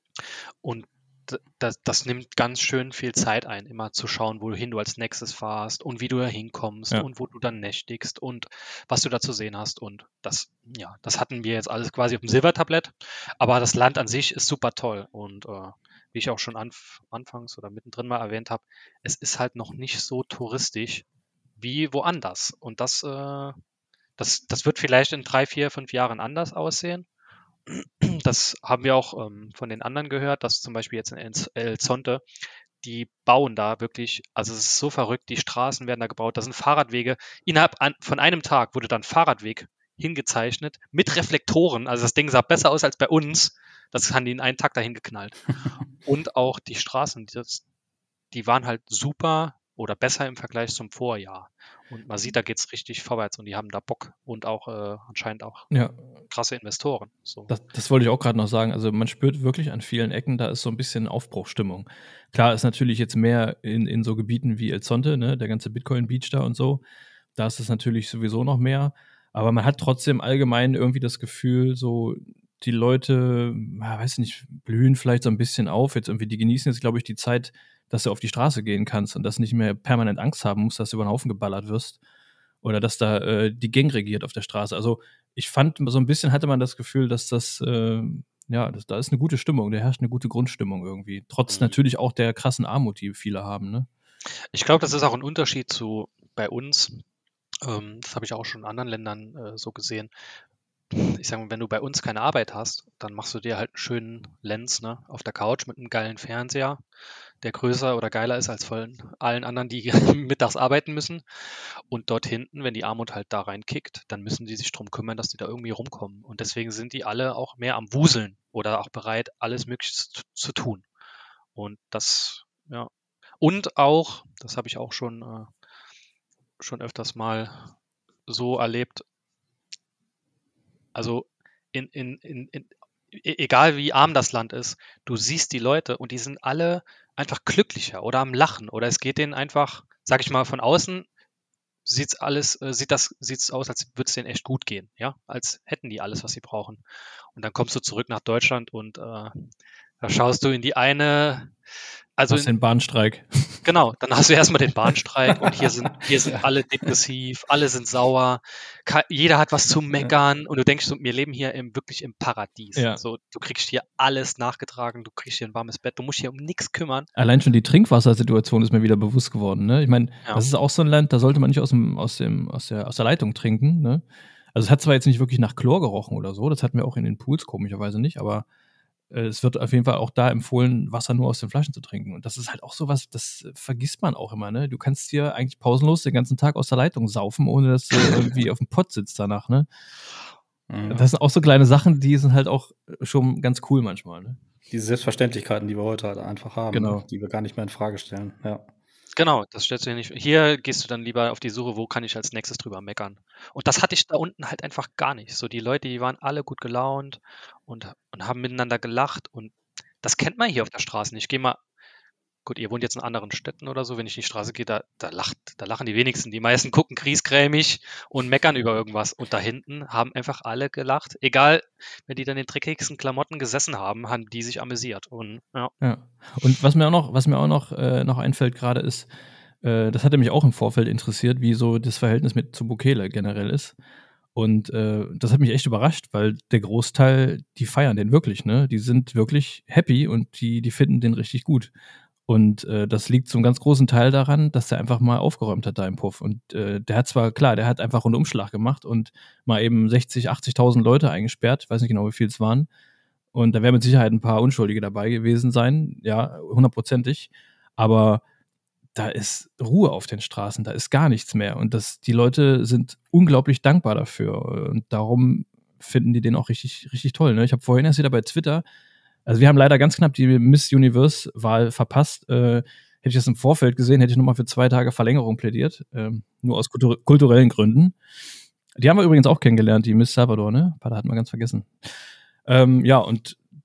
und d- das, das nimmt ganz schön viel Zeit ein, immer zu schauen, wohin du als nächstes fahrst und wie du da hinkommst Ja. und wo du dann nächtigst und was du da zu sehen hast. Und das, ja, das hatten wir jetzt alles quasi auf dem Silbertablett. Aber das Land an sich ist super toll. Und äh, wie ich auch schon anf anfangs oder mittendrin mal erwähnt habe, es ist halt noch nicht so touristisch wie woanders. Und das, äh, das, das wird vielleicht in drei, vier, fünf Jahren anders aussehen. Das haben wir auch ähm, von den anderen gehört, dass zum Beispiel jetzt in El El Zonte, die bauen da wirklich, also es ist so verrückt, die Straßen werden da gebaut, da sind Fahrradwege. Innerhalb an, von einem Tag wurde dann Fahrradweg hingezeichnet mit Reflektoren. Also das Ding sah besser aus als bei uns. Das haben die in einen Tag dahin geknallt. Und auch die Straßen, die, das, die waren halt super oder besser im Vergleich zum Vorjahr. Und man sieht, da geht es richtig vorwärts und die haben da Bock und auch äh, anscheinend auch Ja, krasse Investoren. So. das, das wollte ich auch gerade noch sagen. Also man spürt wirklich an vielen Ecken, da ist so ein bisschen Aufbruchstimmung. Klar ist natürlich jetzt mehr in, in so Gebieten wie El Zonte, ne, der ganze Bitcoin Beach da und so. Da ist es natürlich sowieso noch mehr. Aber man hat trotzdem allgemein irgendwie das Gefühl, so die Leute, ja, weiß nicht, blühen vielleicht so ein bisschen auf. Jetzt irgendwie, die genießen jetzt, glaube ich, die Zeit, dass du auf die Straße gehen kannst und dass nicht mehr permanent Angst haben musst, dass du über den Haufen geballert wirst. Oder dass da äh, die Gang regiert auf der Straße. Also ich fand, so ein bisschen hatte man das Gefühl, dass das, äh, ja, das, da ist eine gute Stimmung, da herrscht eine gute Grundstimmung irgendwie. Trotz Mhm. natürlich auch der krassen Armut, die viele haben, ne? Ich glaube, das ist auch ein Unterschied zu bei uns. Ähm, das habe ich auch schon in anderen Ländern äh, so gesehen. Ich sage mal, wenn du bei uns keine Arbeit hast, dann machst du dir halt einen schönen Lenz, ne, auf der Couch mit einem geilen Fernseher, der größer oder geiler ist als von allen anderen, die mittags arbeiten müssen. Und dort hinten, wenn die Armut halt da reinkickt, dann müssen die sich drum kümmern, dass die da irgendwie rumkommen. Und deswegen sind die alle auch mehr am Wuseln oder auch bereit, alles Mögliche zu, zu tun. Und das, ja. Und auch, das habe ich auch schon, äh, schon öfters mal so erlebt, also in, in, in, in, e- egal wie arm das Land ist, du siehst die Leute und die sind alle einfach glücklicher oder am Lachen oder es geht denen einfach, sag ich mal, von außen sieht's alles, äh, sieht das, sieht's aus, als würde es denen echt gut gehen, ja, als hätten die alles, was sie brauchen. Und dann kommst du zurück nach Deutschland und äh, da schaust du in die eine, also Hast in, den Bahnstreik. genau, dann hast du erstmal den Bahnstreik und hier sind, hier sind alle depressiv, alle sind sauer, ka- jeder hat was zu meckern und du denkst so, wir leben hier im, wirklich im Paradies. Ja. So, du kriegst hier alles nachgetragen, du kriegst hier ein warmes Bett, du musst hier um nichts kümmern. Allein schon die Trinkwassersituation ist mir wieder bewusst geworden, ne? Ich meine, Ja. das ist auch so ein Land, da sollte man nicht aus dem, aus dem, aus der, aus der Leitung trinken, ne? Also es hat zwar jetzt nicht wirklich nach Chlor gerochen oder so, das hatten wir auch in den Pools komischerweise nicht, aber äh, es wird auf jeden Fall auch da empfohlen, Wasser nur aus den Flaschen zu trinken. Und das ist halt auch sowas, das vergisst man auch immer, ne? Du kannst hier eigentlich pausenlos den ganzen Tag aus der Leitung saufen, ohne dass du irgendwie auf dem Pott sitzt danach, ne? Mhm. Das sind auch so kleine Sachen, die sind halt auch schon ganz cool manchmal, ne? Diese Selbstverständlichkeiten, die wir heute halt einfach haben, Genau. ne? Die wir gar nicht mehr in Frage stellen. Ja. Genau, das stellst du dir nicht. Hier gehst du dann lieber auf die Suche, wo kann ich als nächstes drüber meckern. Und das hatte ich da unten halt einfach gar nicht. So die Leute, die waren alle gut gelaunt und, und haben miteinander gelacht und das kennt man hier auf der Straße nicht. Ich gehe mal, gut, ihr wohnt jetzt in anderen Städten oder so, wenn ich in die Straße gehe, da, da lacht, da lachen die wenigsten. Die meisten gucken griesgrämig und meckern über irgendwas. Und da hinten haben einfach alle gelacht. Egal, wenn die dann in den dreckigsten Klamotten gesessen haben, haben die sich amüsiert. Und ja. Ja. Und was mir auch noch, was mir auch noch, äh, noch einfällt gerade ist, äh, das hatte mich auch im Vorfeld interessiert, wie so das Verhältnis mit zu Bukele generell ist. Und äh, das hat mich echt überrascht, weil der Großteil, die feiern den wirklich, ne? Die sind wirklich happy und die, die finden den richtig gut. Und äh, das liegt zum ganz großen Teil daran, dass er einfach mal aufgeräumt hat da im Puff. Und äh, der hat zwar, klar, der hat einfach einen Umschlag gemacht und mal eben sechzig, achtzigtausend Leute eingesperrt, ich weiß nicht genau, wie viel es waren. Und da werden mit Sicherheit ein paar Unschuldige dabei gewesen sein, ja, hundertprozentig. Aber da ist Ruhe auf den Straßen, da ist gar nichts mehr. Und das, die Leute sind unglaublich dankbar dafür. Und darum finden die den auch richtig, richtig toll. Ne? Ich habe vorhin erst wieder bei Twitter, also wir haben leider ganz knapp die Miss Universe-Wahl verpasst. Äh, hätte ich das im Vorfeld gesehen, hätte ich nochmal für zwei Tage Verlängerung plädiert. Ähm, nur aus kultur- kulturellen Gründen. Die haben wir übrigens auch kennengelernt, die Miss Salvador, ne? Da hatten wir ganz vergessen. Ähm, ja, und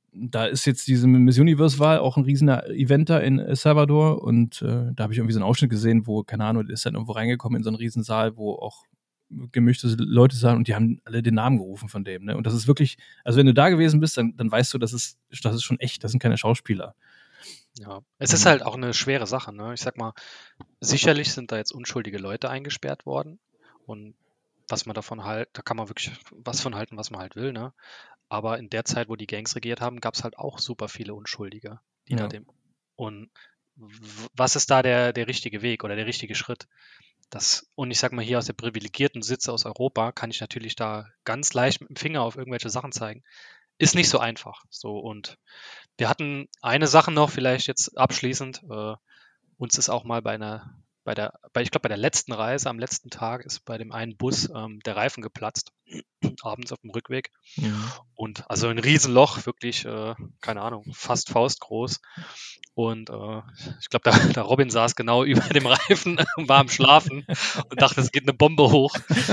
da ist jetzt diese Miss Universe-Wahl auch ein riesener Event da in El Salvador und äh, da habe ich irgendwie so einen Ausschnitt gesehen, wo, keine Ahnung, der ist dann irgendwo reingekommen in so einen riesen Saal, wo auch gemischte Leute sahen und die haben alle den Namen gerufen von dem, ne? Und das ist wirklich, also wenn du da gewesen bist, dann, dann weißt du, das ist, das ist schon echt, das sind keine Schauspieler. Ja, es ist halt auch eine schwere Sache, ne? Ich sag mal, sicherlich sind da jetzt unschuldige Leute eingesperrt worden und was man davon halt, da kann man wirklich was von halten, was man halt will, ne? Aber in der Zeit, wo die Gangs regiert haben, gab es halt auch super viele Unschuldige, die Ja. da dem. Und w- was ist da der, der richtige Weg oder der richtige Schritt? Das, und ich sag mal, hier aus der privilegierten Sitze aus Europa kann ich natürlich da ganz leicht mit dem Finger auf irgendwelche Sachen zeigen. Ist nicht so einfach. So, und wir hatten eine Sache noch, vielleicht jetzt abschließend. Äh, uns ist auch mal bei einer, bei der, bei, ich glaube, bei der letzten Reise, am letzten Tag, ist bei dem einen Bus ähm, der Reifen geplatzt, abends auf dem Rückweg. Mhm. Und also ein Riesenloch, wirklich, äh, keine Ahnung, fast faustgroß. Und äh, ich glaube, der, der Robin saß genau über dem Reifen und war am Schlafen und dachte, es geht eine Bombe hoch.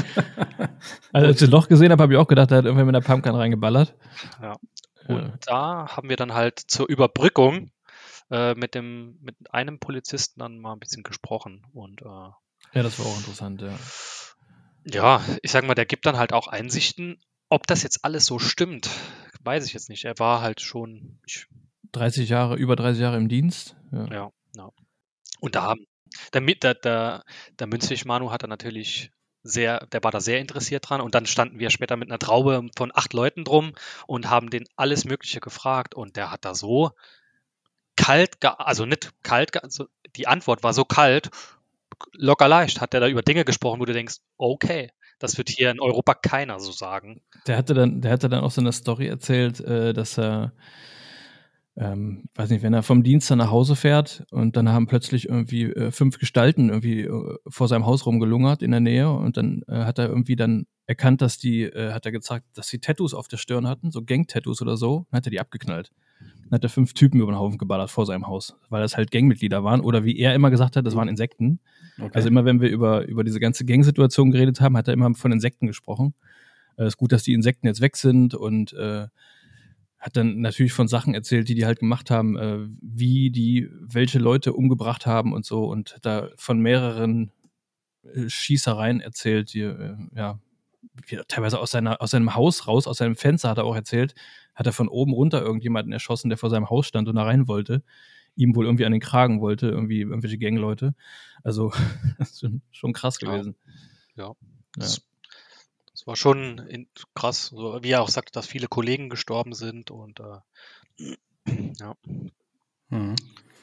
Also als ich das Loch gesehen habe, habe ich auch gedacht, da hat irgendwer mit einer Pumpgun reingeballert. Ja. Ja. Und da haben wir dann halt zur Überbrückung äh, mit dem, mit einem Polizisten dann mal ein bisschen gesprochen. Und äh, Ja, das war auch interessant, ja. ja, ich sag mal, der gibt dann halt auch Einsichten. Ob das jetzt alles so stimmt, weiß ich jetzt nicht. Er war halt schon, ich, dreißig Jahre, über dreißig Jahre im Dienst. Ja. ja, ja. Und da haben, der, Mi- der, der, der Münzwig-Manu hat da natürlich sehr, der war da sehr interessiert dran. Und dann standen wir später mit einer Traube von acht Leuten drum und haben den alles Mögliche gefragt. Und der hat da so kalt, ge- also nicht kalt, ge- also die Antwort war so kalt, locker leicht, hat er da über Dinge gesprochen, wo du denkst, okay, das wird hier in Europa keiner so sagen. Der hatte dann, der hatte dann auch so eine Story erzählt, äh, dass er, ähm, weiß nicht, wenn er vom Dienst dann nach Hause fährt und dann haben plötzlich irgendwie äh, fünf Gestalten irgendwie äh, vor seinem Haus rumgelungert in der Nähe und dann äh, hat er irgendwie dann erkannt, dass die, äh, hat er gezeigt, dass sie Tattoos auf der Stirn hatten, so Gang-Tattoos oder so, dann hat er die abgeknallt. Dann hat er fünf Typen über den Haufen geballert vor seinem Haus, weil das halt Gangmitglieder waren oder wie er immer gesagt hat, das waren Insekten. Okay. Also immer, wenn wir über, über diese ganze Gang-Situation geredet haben, hat er immer von Insekten gesprochen. Es äh, ist gut, dass die Insekten jetzt weg sind und äh, hat dann natürlich von Sachen erzählt, die die halt gemacht haben, äh, wie die welche Leute umgebracht haben und so und da von mehreren äh, Schießereien erzählt, die, äh, ja, wie, teilweise aus, seiner, aus seinem Haus raus, aus seinem Fenster hat er auch erzählt, hat er von oben runter irgendjemanden erschossen, der vor seinem Haus stand und da rein wollte, ihm wohl irgendwie an den Kragen wollte, irgendwie irgendwelche Gangleute. Also, das ist schon, schon krass Ja. gewesen. Ja, Ja. das, das war schon in, krass, so, wie er auch sagt, dass viele Kollegen gestorben sind und äh, ja. Mhm.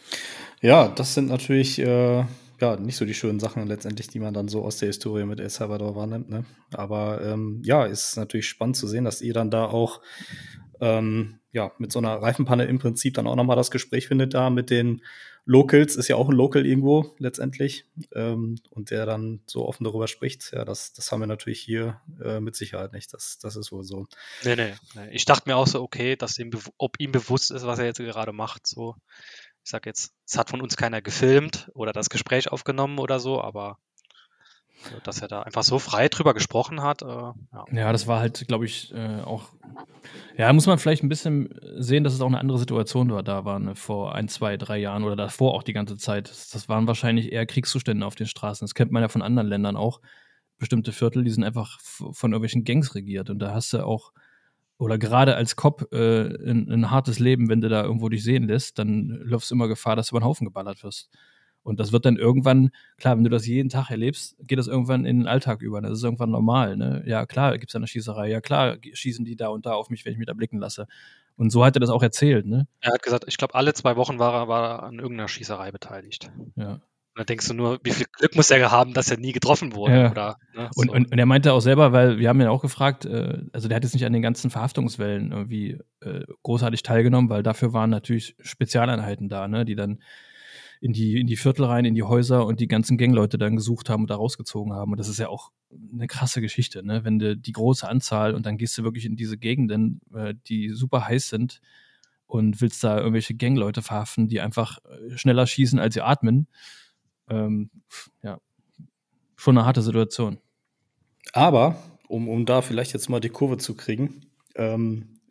Ja, das sind natürlich äh, ja, nicht so die schönen Sachen letztendlich, die man dann so aus der Historie mit El Salvador wahrnimmt. Ne? Aber ähm, ja, ist natürlich spannend zu sehen, dass ihr dann da auch ähm, ja, mit so einer Reifenpanne im Prinzip dann auch nochmal das Gespräch findet da mit den Locals. Ist ja auch ein Local irgendwo letztendlich. Ähm, und der dann so offen darüber spricht. Ja, das, das haben wir natürlich hier äh, mit Sicherheit nicht. Das, das ist wohl so. Nee, nee, nee. Ich dachte mir auch so, okay, dass ihm, bew- ob ihm bewusst ist, was er jetzt gerade macht. So, ich sag jetzt, es hat von uns keiner gefilmt oder das Gespräch aufgenommen oder so, aber so, dass er da einfach so frei drüber gesprochen hat. Äh, ja. Ja, das war halt, glaube ich, äh, auch. Ja, muss man vielleicht ein bisschen sehen, dass es auch eine andere Situation war, da war, ne, vor ein, zwei, drei Jahren oder davor auch die ganze Zeit. Das, das waren wahrscheinlich eher Kriegszustände auf den Straßen. Das kennt man ja von anderen Ländern auch. Bestimmte Viertel, die sind einfach f- von irgendwelchen Gangs regiert. Und da hast du auch, oder gerade als Cop, äh, ein, ein hartes Leben, wenn du da irgendwo dich sehen lässt, dann läufst du immer Gefahr, dass du über den Haufen geballert wirst. Und das wird dann irgendwann, klar, wenn du das jeden Tag erlebst, geht das irgendwann in den Alltag über. Das ist irgendwann normal. Ne? Ja, klar, gibt es eine Schießerei. Ja, klar, schießen die da und da auf mich, wenn ich mich da blicken lasse. Und so hat er das auch erzählt. Ne? Er hat gesagt, ich glaube, alle zwei Wochen war er, war er an irgendeiner Schießerei beteiligt. Ja. Und da denkst du nur, wie viel Glück muss er haben, dass er nie getroffen wurde. Ja. Oder, ne, Und, so. und, und er meinte auch selber, weil wir haben ihn auch gefragt, äh, also der hat jetzt nicht an den ganzen Verhaftungswellen irgendwie äh, großartig teilgenommen, weil dafür waren natürlich Spezialeinheiten da, ne, die dann in die, in die Viertel rein, in die Häuser und die ganzen Gangleute dann gesucht haben und da rausgezogen haben. Und das ist ja auch eine krasse Geschichte, ne? Wenn du die große Anzahl und dann gehst du wirklich in diese Gegenden, äh, die super heiß sind und willst da irgendwelche Gangleute verhaften, die einfach äh, schneller schießen, als sie atmen. Ähm, ja, schon eine harte Situation. Aber, um, um da vielleicht jetzt mal die Kurve zu kriegen, ähm,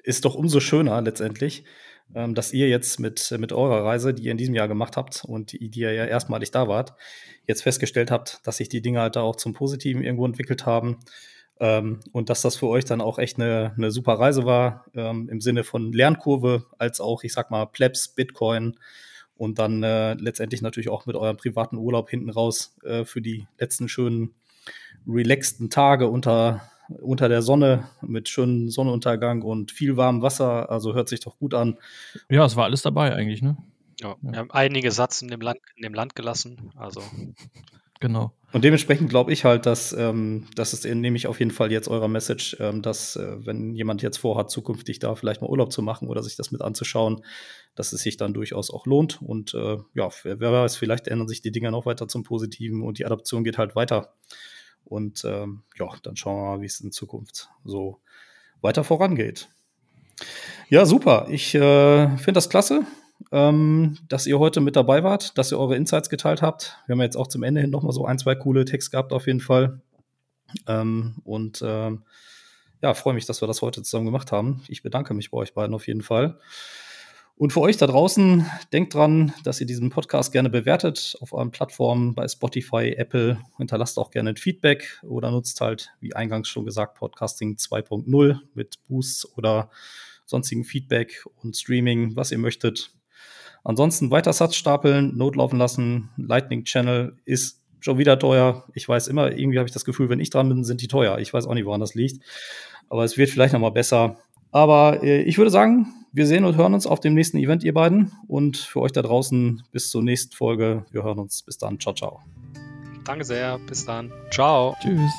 ist doch umso schöner letztendlich, ähm, dass ihr jetzt mit, mit eurer Reise, die ihr in diesem Jahr gemacht habt und die, die ihr ja erstmalig da wart, jetzt festgestellt habt, dass sich die Dinge halt da auch zum Positiven irgendwo entwickelt haben. Ähm, und dass das für euch dann auch echt eine, eine super Reise war, ähm, im Sinne von Lernkurve, als auch, ich sag mal, Plebs, Bitcoin und dann äh, letztendlich natürlich auch mit eurem privaten Urlaub hinten raus äh, für die letzten schönen, relaxten Tage unter, unter der Sonne mit schönem Sonnenuntergang und viel warmem Wasser. Also hört sich doch gut an. Ja, es war alles dabei eigentlich, ne? Ja, wir haben einige Satz in dem Land, in dem Land gelassen. Also Genau. Und dementsprechend glaube ich halt, dass ähm, das ist, nehme ich auf jeden Fall jetzt eurer Message, ähm, dass äh, wenn jemand jetzt vorhat, zukünftig da vielleicht mal Urlaub zu machen oder sich das mit anzuschauen, dass es sich dann durchaus auch lohnt. Und äh, ja, wer, wer weiß, vielleicht ändern sich die Dinger noch weiter zum Positiven und die Adaption geht halt weiter. Und ähm, ja, dann schauen wir mal, wie es in Zukunft so weiter vorangeht. Ja, super. Ich äh, finde das klasse, ähm, dass ihr heute mit dabei wart, dass ihr eure Insights geteilt habt. Wir haben ja jetzt auch zum Ende hin noch mal so ein, zwei coole Texte gehabt auf jeden Fall. Ähm, und ähm, ja, freue mich, dass wir das heute zusammen gemacht haben. Ich bedanke mich bei euch beiden auf jeden Fall. Und für euch da draußen, denkt dran, dass ihr diesen Podcast gerne bewertet auf euren Plattformen bei Spotify, Apple. Hinterlasst auch gerne ein Feedback oder nutzt halt, wie eingangs schon gesagt, Podcasting zwei Punkt null mit Boosts oder sonstigen Feedback und Streaming, was ihr möchtet. Ansonsten weiter Satz stapeln, Node laufen lassen. Lightning Channel ist schon wieder teuer. Ich weiß immer, irgendwie habe ich das Gefühl, wenn ich dran bin, sind die teuer. Ich weiß auch nicht, woran das liegt. Aber es wird vielleicht noch mal besser. Aber äh, ich würde sagen, wir sehen und hören uns auf dem nächsten Event, ihr beiden. Und für euch da draußen bis zur nächsten Folge. Wir hören uns. Bis dann. Ciao, ciao. danke sehr. Bis dann. Ciao. Tschüss.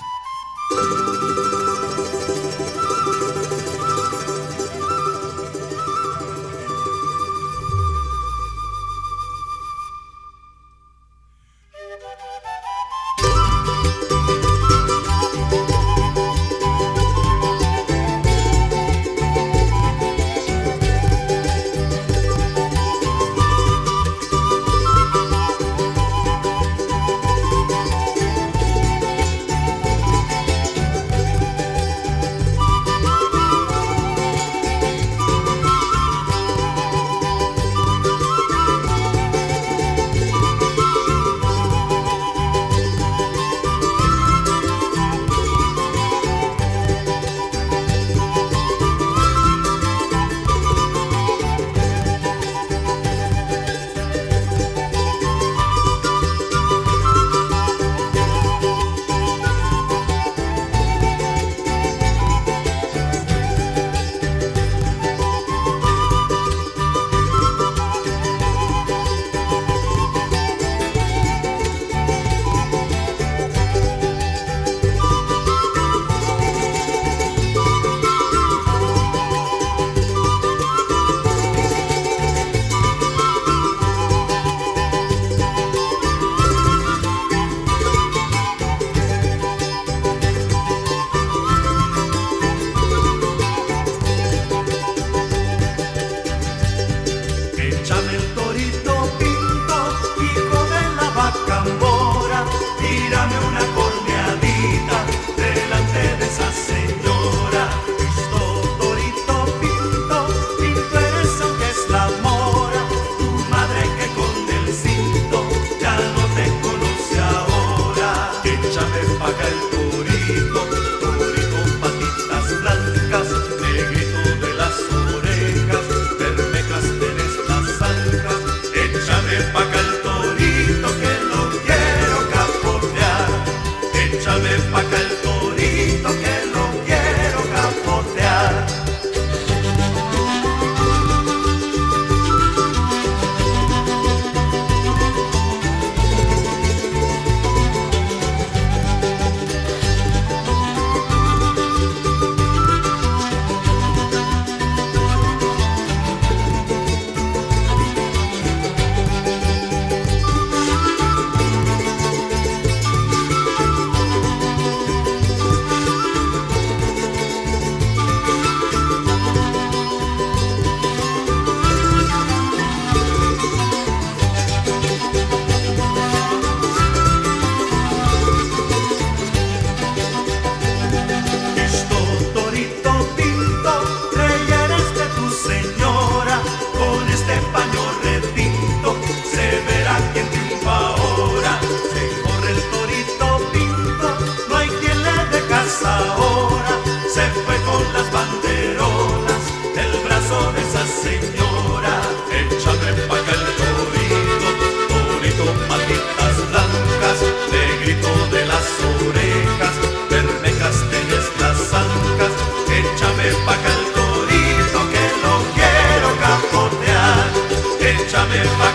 live my